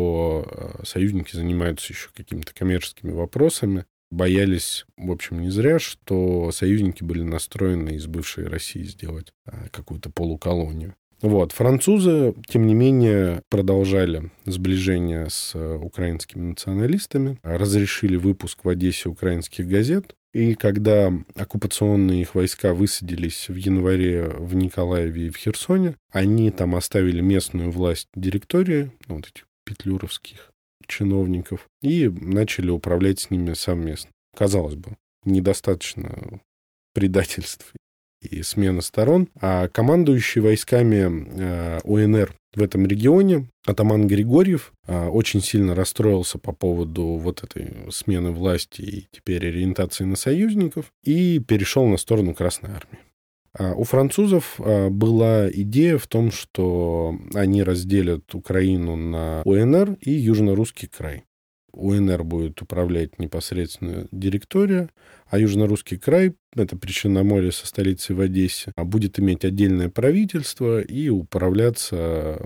A: что союзники занимаются еще какими-то коммерческими вопросами. Боялись, в общем, не зря, что союзники были настроены из бывшей России сделать какую-то полуколонию. Французы, тем не менее, продолжали сближение с украинскими националистами, разрешили выпуск в Одессе украинских газет. И когда оккупационные их войска высадились в январе в Николаеве и в Херсоне, они там оставили местную власть директории, вот этих петлюровских чиновников, и начали управлять с ними совместно. Казалось бы, недостаточно предательств и смены сторон. А командующий войсками УНР в этом регионе, атаман Григорьев, очень сильно расстроился по поводу вот этой смены власти и теперь ориентации на союзников и перешел на сторону Красной Армии. У французов была идея в том, что они разделят Украину на УНР и Южно-Русский край. УНР будет управлять непосредственно директория, а Южно-Русский край, это Причерноморье со столицей в Одессе, будет иметь отдельное правительство и управляться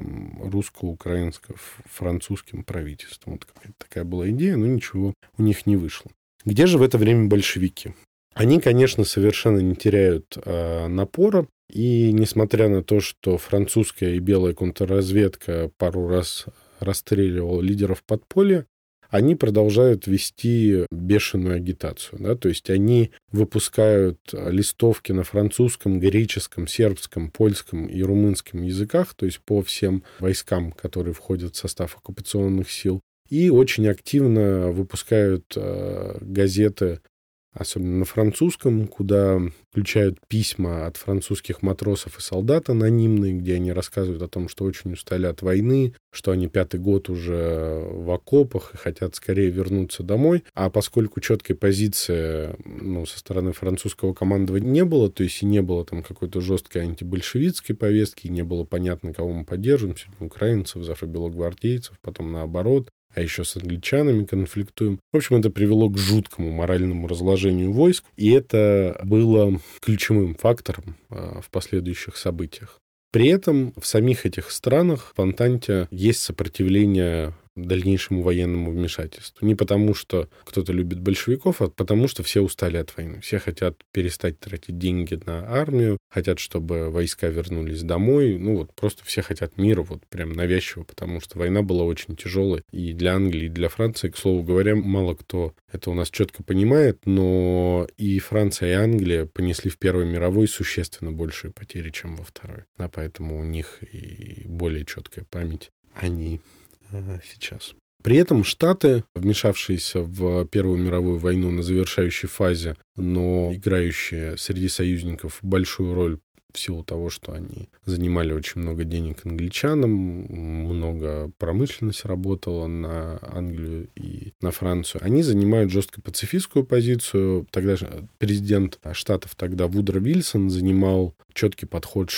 A: русско-украинско-французским правительством. Вот какая-то такая была идея, но ничего у них не вышло. Где же в это время большевики? Они, конечно, совершенно не теряют напора. И несмотря на то, что французская и белая контрразведка пару раз расстреливала лидеров подполья, они продолжают вести бешеную агитацию. Да? То есть они выпускают листовки на французском, греческом, сербском, польском и румынском языках, то есть по всем войскам, которые входят в состав оккупационных сил, и очень активно выпускают газеты особенно на французском, куда включают письма от французских матросов и солдат анонимные, где они рассказывают о том, что очень устали от войны, что они 5-й год уже в окопах и хотят скорее вернуться домой. А поскольку четкой позиции со стороны французского командования не было, то есть и не было там какой-то жесткой антибольшевистской повестки, и не было понятно, кого мы поддерживаем, сегодня украинцев, завтра белогвардейцев, потом наоборот, а еще с англичанами конфликтуем. В общем, это привело к жуткому моральному разложению войск, и это было ключевым фактором в последующих событиях. При этом в самих этих странах в Антанте есть сопротивление дальнейшему военному вмешательству. Не потому, что кто-то любит большевиков, а потому, что все устали от войны. Все хотят перестать тратить деньги на армию, хотят, чтобы войска вернулись домой. Просто все хотят мира, прям навязчиво, потому что война была очень тяжелой и для Англии, и для Франции. К слову говоря, мало кто это у нас четко понимает, но и Франция, и Англия понесли в Первой мировой существенно большие потери, чем во Второй. Поэтому у них и более четкая память о ней сейчас. При этом Штаты, вмешавшиеся в Первую мировую войну на завершающей фазе, но играющие среди союзников большую роль в силу того, что они занимали очень много денег англичанам, много промышленность работала на Англию и на Францию. Они занимают жестко пацифистскую позицию. Тогда же президент Штатов Вудро Вильсон занимал четкий подход,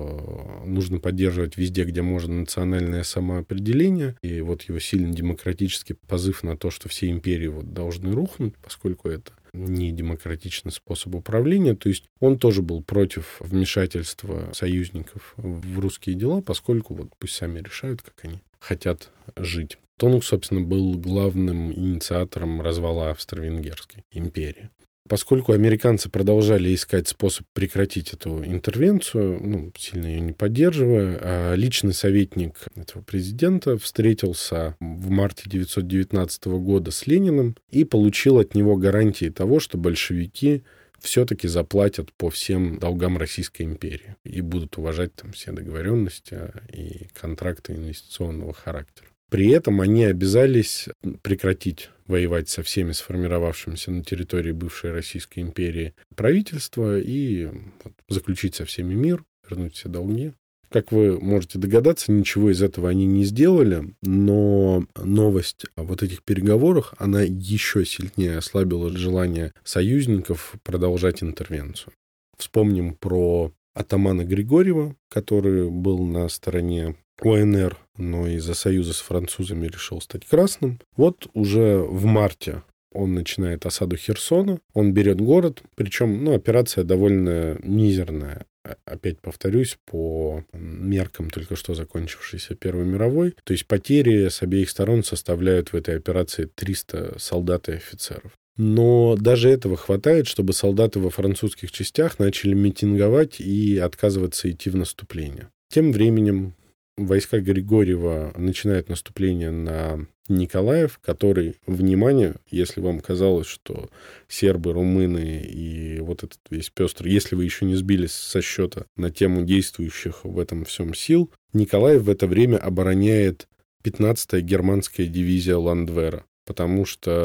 A: что нужно поддерживать везде, где можно, национальное самоопределение. И его сильно демократический позыв на то, что все империи должны рухнуть, поскольку это не демократичный способ управления. То есть он тоже был против вмешательства союзников в русские дела, поскольку пусть сами решают, как они хотят жить. Он, собственно, был главным инициатором развала Австро-Венгерской империи. Поскольку американцы продолжали искать способ прекратить эту интервенцию, сильно ее не поддерживая, личный советник этого президента встретился в марте 1919 года с Лениным и получил от него гарантии того, что большевики все-таки заплатят по всем долгам Российской империи и будут уважать все договоренности и контракты инвестиционного характера. При этом они обязались прекратить воевать со всеми сформировавшимися на территории бывшей Российской империи правительства и заключить со всеми мир, вернуть все долги. Как вы можете догадаться, ничего из этого они не сделали, но новость о этих переговорах, она еще сильнее ослабила желание союзников продолжать интервенцию. Вспомним про атамана Григорьева, который был на стороне ОНР, но из-за союза с французами решил стать красным. Уже в марте он начинает осаду Херсона, он берет город, причем операция довольно мизерная. Опять повторюсь, по меркам только что закончившейся Первой мировой. То есть потери с обеих сторон составляют в этой операции 300 солдат и офицеров. Но даже этого хватает, чтобы солдаты во французских частях начали митинговать и отказываться идти в наступление. Тем временем войска Григорьева начинают наступление на Николаев, который, внимание, если вам казалось, что сербы, румыны и этот весь пестрый, если вы еще не сбились со счета на тему действующих в этом всем сил, Николаев в это время обороняет 15-я германская дивизия Ландвера, потому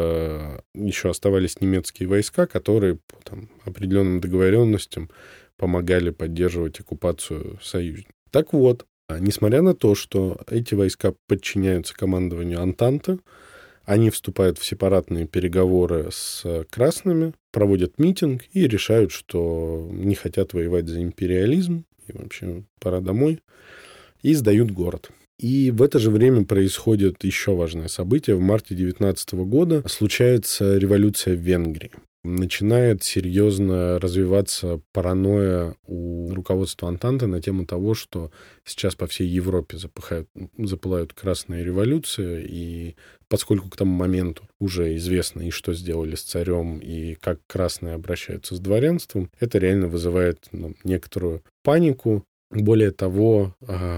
A: что еще оставались немецкие войска, которые по определенным договоренностям помогали поддерживать оккупацию союзников. Так вот, несмотря на то, что эти войска подчиняются командованию Антанты, они вступают в сепаратные переговоры с красными, проводят митинг и решают, что не хотят воевать за империализм, и вообще пора домой, и сдают город. И в это же время происходит еще важное событие. В марте 1919 года случается революция в Венгрии. Начинает серьезно развиваться паранойя у руководства Антанты на тему того, что сейчас по всей Европе запылают красные революции, и поскольку к тому моменту уже известно и что сделали с царем, и как красные обращаются с дворянством, это реально вызывает некоторую панику. Более того,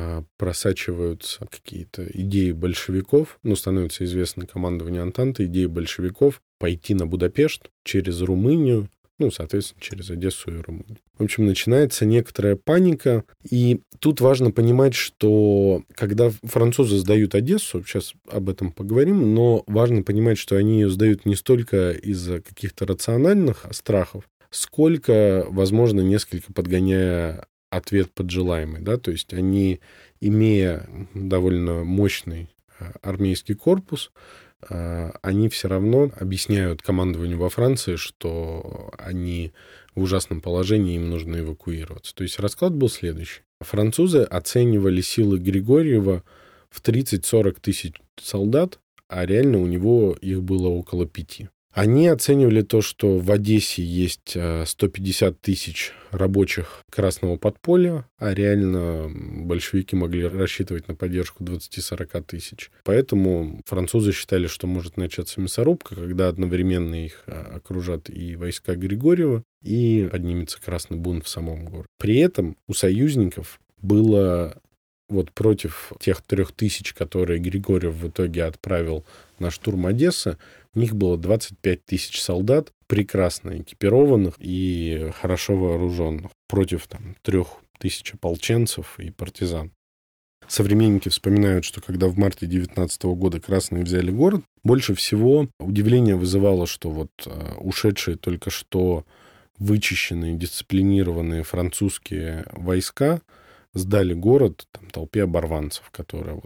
A: просачиваются какие-то идеи большевиков, становится известно командование Антанты, идеи большевиков пойти на Будапешт через Румынию, соответственно, через Одессу и Румынию. В общем, начинается некоторая паника, и тут важно понимать, что когда французы сдают Одессу, сейчас об этом поговорим, но важно понимать, что они ее сдают не столько из-за каких-то рациональных страхов, сколько, возможно, несколько подгоняя ответ под желаемый, да, то есть они, имея довольно мощный армейский корпус, они все равно объясняют командованию во Франции, что они в ужасном положении, им нужно эвакуироваться. То есть расклад был следующий. Французы оценивали силы Григорьева в 30-40 тысяч солдат, а реально у него их было около 5. Они оценивали то, что в Одессе есть 150 тысяч рабочих Красного подполья, а реально большевики могли рассчитывать на поддержку 20-40 тысяч. Поэтому французы считали, что может начаться мясорубка, когда одновременно их окружат и войска Григорьева, и поднимется красный бунт в самом городе. При этом у союзников было против тех 3000, которые Григорьев в итоге отправил на штурм Одессы, у них было 25 тысяч солдат, прекрасно экипированных и хорошо вооруженных, против 3000 ополченцев и партизан. Современники вспоминают, что когда в марте 19 года красные взяли город, больше всего удивление вызывало, что ушедшие только что вычищенные, дисциплинированные французские войска сдали город толпе оборванцев, которая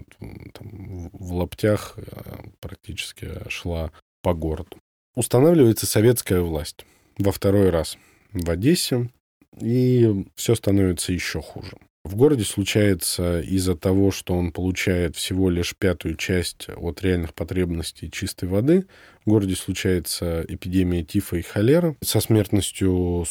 A: в лаптях практически шла по городу. Устанавливается советская власть во второй раз в Одессе, и все становится еще хуже. В городе случается из-за того, что он получает всего лишь 1/5 часть от реальных потребностей чистой воды, в городе случается эпидемия тифа и холеры со смертностью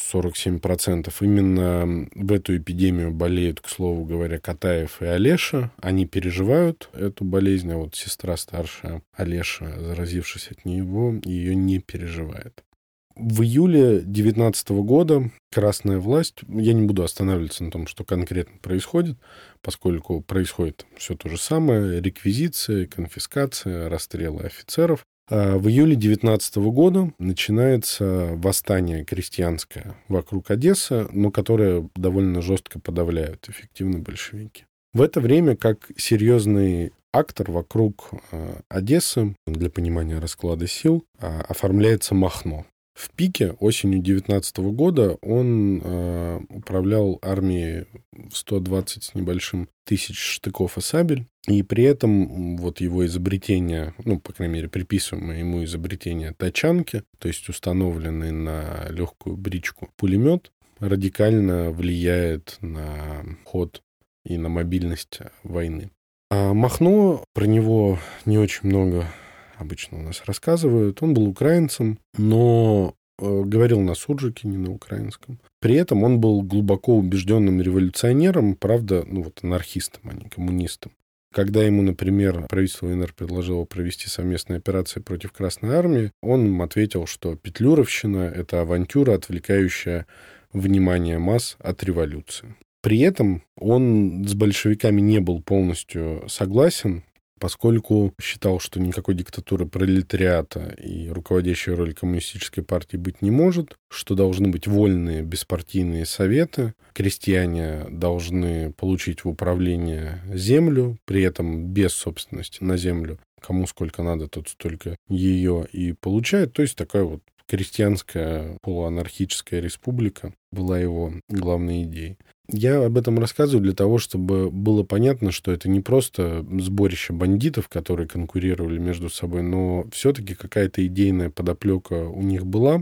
A: 47%. Именно в эту эпидемию болеют, к слову говоря, Катаев и Олеша. Они переживают эту болезнь, а сестра старшая Олеша, заразившись от него, ее не переживает. В июле 2019 года красная власть, я не буду останавливаться на том, что конкретно происходит, поскольку происходит все то же самое, реквизиция, конфискация, расстрелы офицеров. В июле 2019 года начинается восстание крестьянское вокруг Одессы, но которое довольно жестко подавляют эффективно большевики. В это время, как серьезный актор вокруг Одессы, для понимания расклада сил, оформляется Махно. В пике осенью 2019 года он управлял армией в 120 с небольшим тысяч штыков и сабель, и при этом его изобретение, по крайней мере, приписываемое ему изобретение тачанки, то есть установленный на легкую бричку пулемет, радикально влияет на ход и на мобильность войны. А Махно, про него не очень много обычно у нас рассказывают. Он был украинцем, но говорил на суржике, не на украинском. При этом он был глубоко убежденным революционером, правда, анархистом, а не коммунистом. Когда ему, например, правительство ЛНР предложило провести совместные операции против Красной Армии, он им ответил, что петлюровщина — это авантюра, отвлекающая внимание масс от революции. При этом он с большевиками не был полностью согласен, поскольку считал, что никакой диктатуры пролетариата и руководящей роли коммунистической партии быть не может, что должны быть вольные беспартийные советы, крестьяне должны получить в управление землю, при этом без собственности на землю. Кому сколько надо, тот столько ее и получает. То есть такая крестьянская полуанархическая республика была его главной идеей. Я об этом рассказываю для того, чтобы было понятно, что это не просто сборище бандитов, которые конкурировали между собой, но все-таки какая-то идейная подоплека у них была.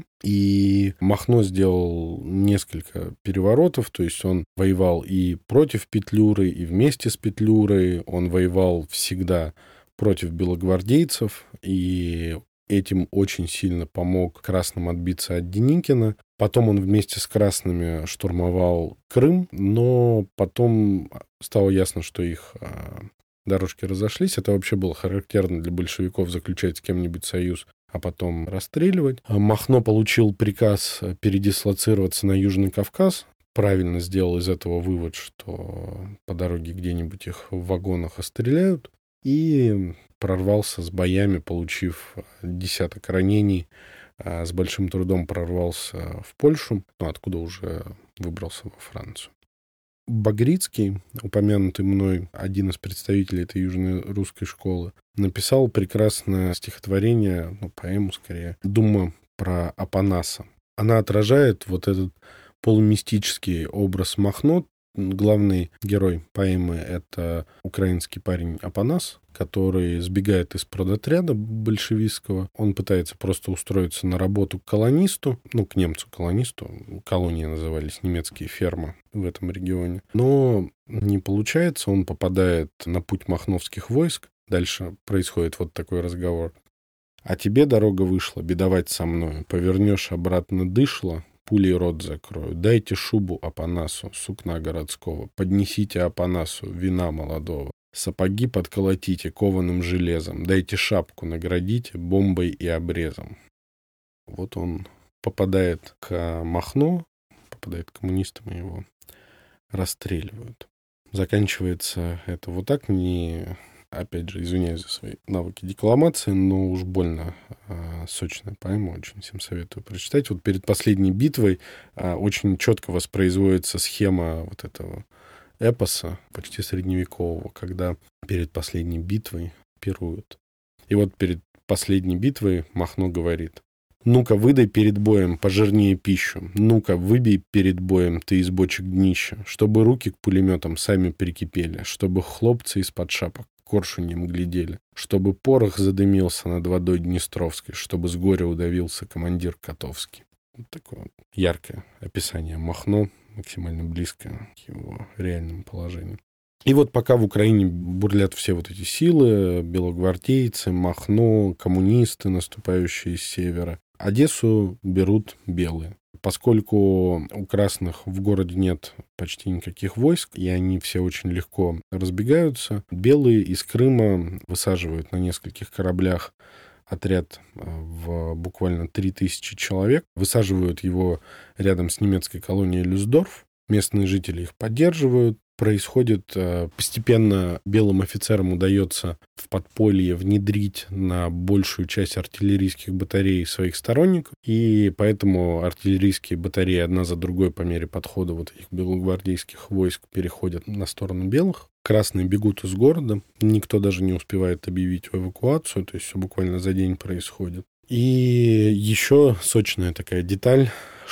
A: И Махно сделал несколько переворотов, то есть он воевал и против Петлюры, и вместе с Петлюрой, он воевал всегда против белогвардейцев, и этим очень сильно помог красным отбиться от Деникина. Потом он вместе с красными штурмовал Крым, но потом стало ясно, что их дорожки разошлись. Это вообще было характерно для большевиков — заключать с кем-нибудь союз, а потом расстреливать. Махно получил приказ передислоцироваться на Южный Кавказ. Правильно сделал из этого вывод, что по дороге где-нибудь их в вагонах расстреляют. И прорвался с боями, получив 10 ранений с большим трудом прорвался в Польшу, откуда уже выбрался во Францию. Багрицкий, упомянутый мной один из представителей этой южной русской школы, написал прекрасное стихотворение, поэму скорее, «Дума про Апанаса». Она отражает вот этот полумистический образ Махно. Главный герой поэмы — это украинский парень Апанас, который сбегает из продотряда большевистского. Он пытается просто устроиться на работу к колонисту, к немцу-колонисту. Колонии назывались немецкие фермы в этом регионе. Но не получается, он попадает на путь махновских войск. Дальше происходит вот такой разговор. «А тебе дорога вышла, бедовать со мною. Повернешь обратно дышло, пулей рот закрою. Дайте шубу Апанасу, сукна городского. Поднесите Апанасу вина молодого. Сапоги подколотите кованым железом. Дайте шапку, наградите бомбой и обрезом». Вот он попадает к Махно, попадает к коммунистам, и его расстреливают. Заканчивается это вот так. Опять же, извиняюсь за свои навыки декламации, но уж больно сочная поэма, очень всем советую прочитать. Вот перед последней битвой очень четко воспроизводится схема вот этого эпоса, почти средневекового, когда перед последней битвой пируют. И вот перед последней битвой Махно говорит: «Ну-ка, выдай перед боем пожирнее пищу. Ну-ка, выбей перед боем ты из бочек днища, чтобы руки к пулеметам сами прикипели, чтобы хлопцы из-под шапок коршунем глядели, чтобы порох задымился над водой Днестровской, чтобы с горя удавился командир Котовский». Вот такое вот яркое описание Махно, максимально близкое к его реальному положению. И вот пока в Украине бурлят все вот эти силы, белогвардейцы, Махно, коммунисты, наступающие с севера, Одессу берут белые. Поскольку у красных в городе нет почти никаких войск, и они все очень легко разбегаются, белые из Крыма высаживают на нескольких кораблях отряд в буквально 3000 человек, высаживают его рядом с немецкой колонией Люсдорф. Местные жители их поддерживают. Происходит постепенно, белым офицерам удается в подполье внедрить на большую часть артиллерийских батарей своих сторонников, и поэтому артиллерийские батареи одна за другой по мере подхода вот этих белогвардейских войск переходят на сторону белых. Красные бегут из города, никто даже не успевает объявить эвакуацию, то есть все буквально за день происходит. И еще сочная такая деталь,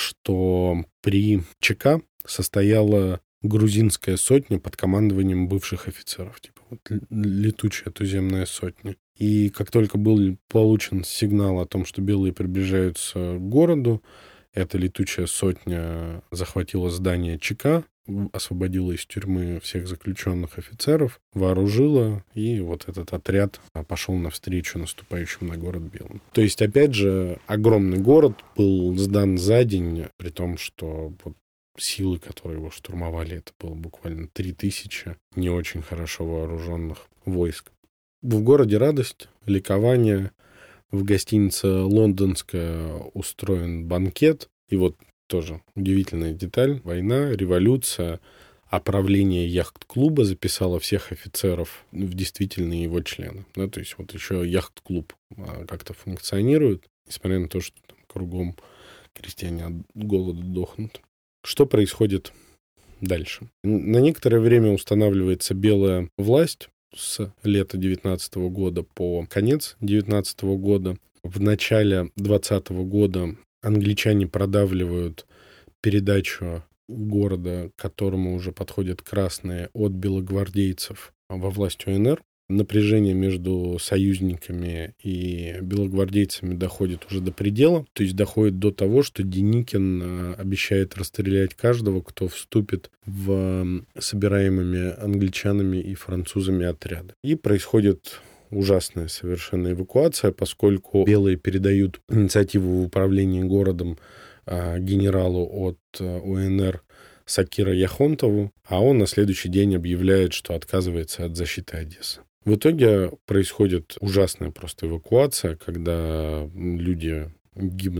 A: что при ЧК состояла грузинская сотня под командованием бывших офицеров, типа вот летучая туземная сотня. И как только был получен сигнал о том, что белые приближаются к городу, эта летучая сотня захватила здание ЧК, освободила из тюрьмы всех заключенных офицеров, вооружила, и вот этот отряд пошел навстречу наступающим на город белым. То есть, опять же, огромный город был сдан за день, при том, что вот силы, которые его штурмовали, это было буквально 3000 не очень хорошо вооруженных войск. В городе радость, ликование. В гостинице «Лондонская» устроен банкет. И вот тоже удивительная деталь. Война, революция, а правление яхт-клуба записало всех офицеров в действительные его члены. Да, то есть вот еще яхт-клуб как-то функционирует, несмотря на то, что там кругом крестьяне от голода дохнут. Что происходит дальше? На некоторое время устанавливается белая власть с лета 19 года по конец 19 года. В начале 20 года англичане продавливают передачу города, к которому уже подходят красные, от белогвардейцев во власть УНР. Напряжение между союзниками и белогвардейцами доходит уже до предела, то есть доходит до того, что Деникин обещает расстрелять каждого, кто вступит в собираемыми англичанами и французами отряды. И происходит ужасная совершенно эвакуация, поскольку белые передают инициативу в управлении городом генералу от УНР Сакира Яхонтову, а он на следующий день объявляет, что отказывается от защиты Одессы. В итоге происходит ужасная просто эвакуация, когда люди гибнут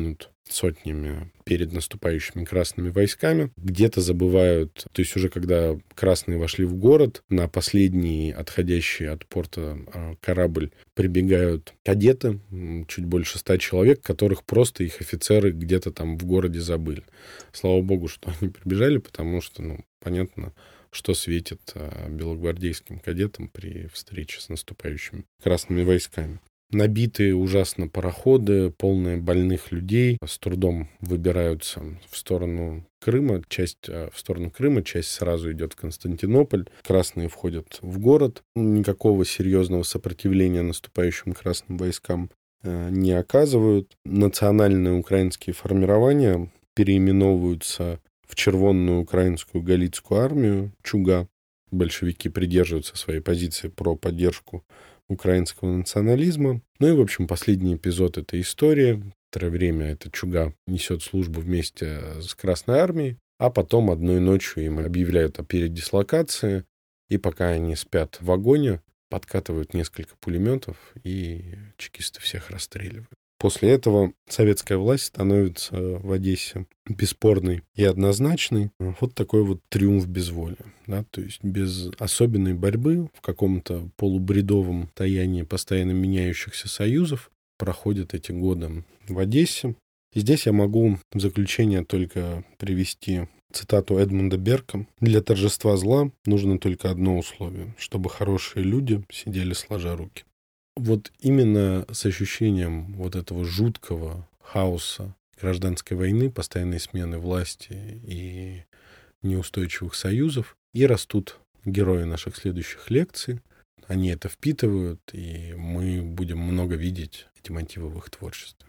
A: сотнями перед наступающими красными войсками. Где-то забывают, то есть уже когда красные вошли в город, на последний отходящий от порта корабль прибегают кадеты, чуть больше 100 человек, которых просто их офицеры где-то там в городе забыли. Слава богу, что они прибежали, потому что, понятно, что светит белогвардейским кадетам при встрече с наступающими красными войсками. Набитые ужасно пароходы, полные больных людей, с трудом выбираются в сторону Крыма. Часть сразу идет в Константинополь. Красные входят в город. Никакого серьезного сопротивления наступающим красным войскам не оказывают. Национальные украинские формирования переименовываются в Червонную украинскую галицкую армию, Чуга. Большевики придерживаются своей позиции про поддержку украинского национализма. В общем, последний эпизод этой истории. Некоторое время эта Чуга несет службу вместе с Красной армией, а потом одной ночью им объявляют о передислокации, и пока они спят в вагоне, подкатывают несколько пулеметов, и чекисты всех расстреливают. После этого советская власть становится в Одессе бесспорной и однозначной. Вот такой вот триумф без воли. Да? То есть без особенной борьбы в каком-то полубредовом таянии постоянно меняющихся союзов проходят эти годы в Одессе. И здесь я могу в заключение только привести цитату Эдмунда Берка. «Для торжества зла нужно только одно условие, чтобы хорошие люди сидели сложа руки». Вот именно с ощущением вот этого жуткого хаоса гражданской войны, постоянной смены власти и неустойчивых союзов и растут герои наших следующих лекций. Они это впитывают, и мы будем много видеть эти мотивы в их творчестве.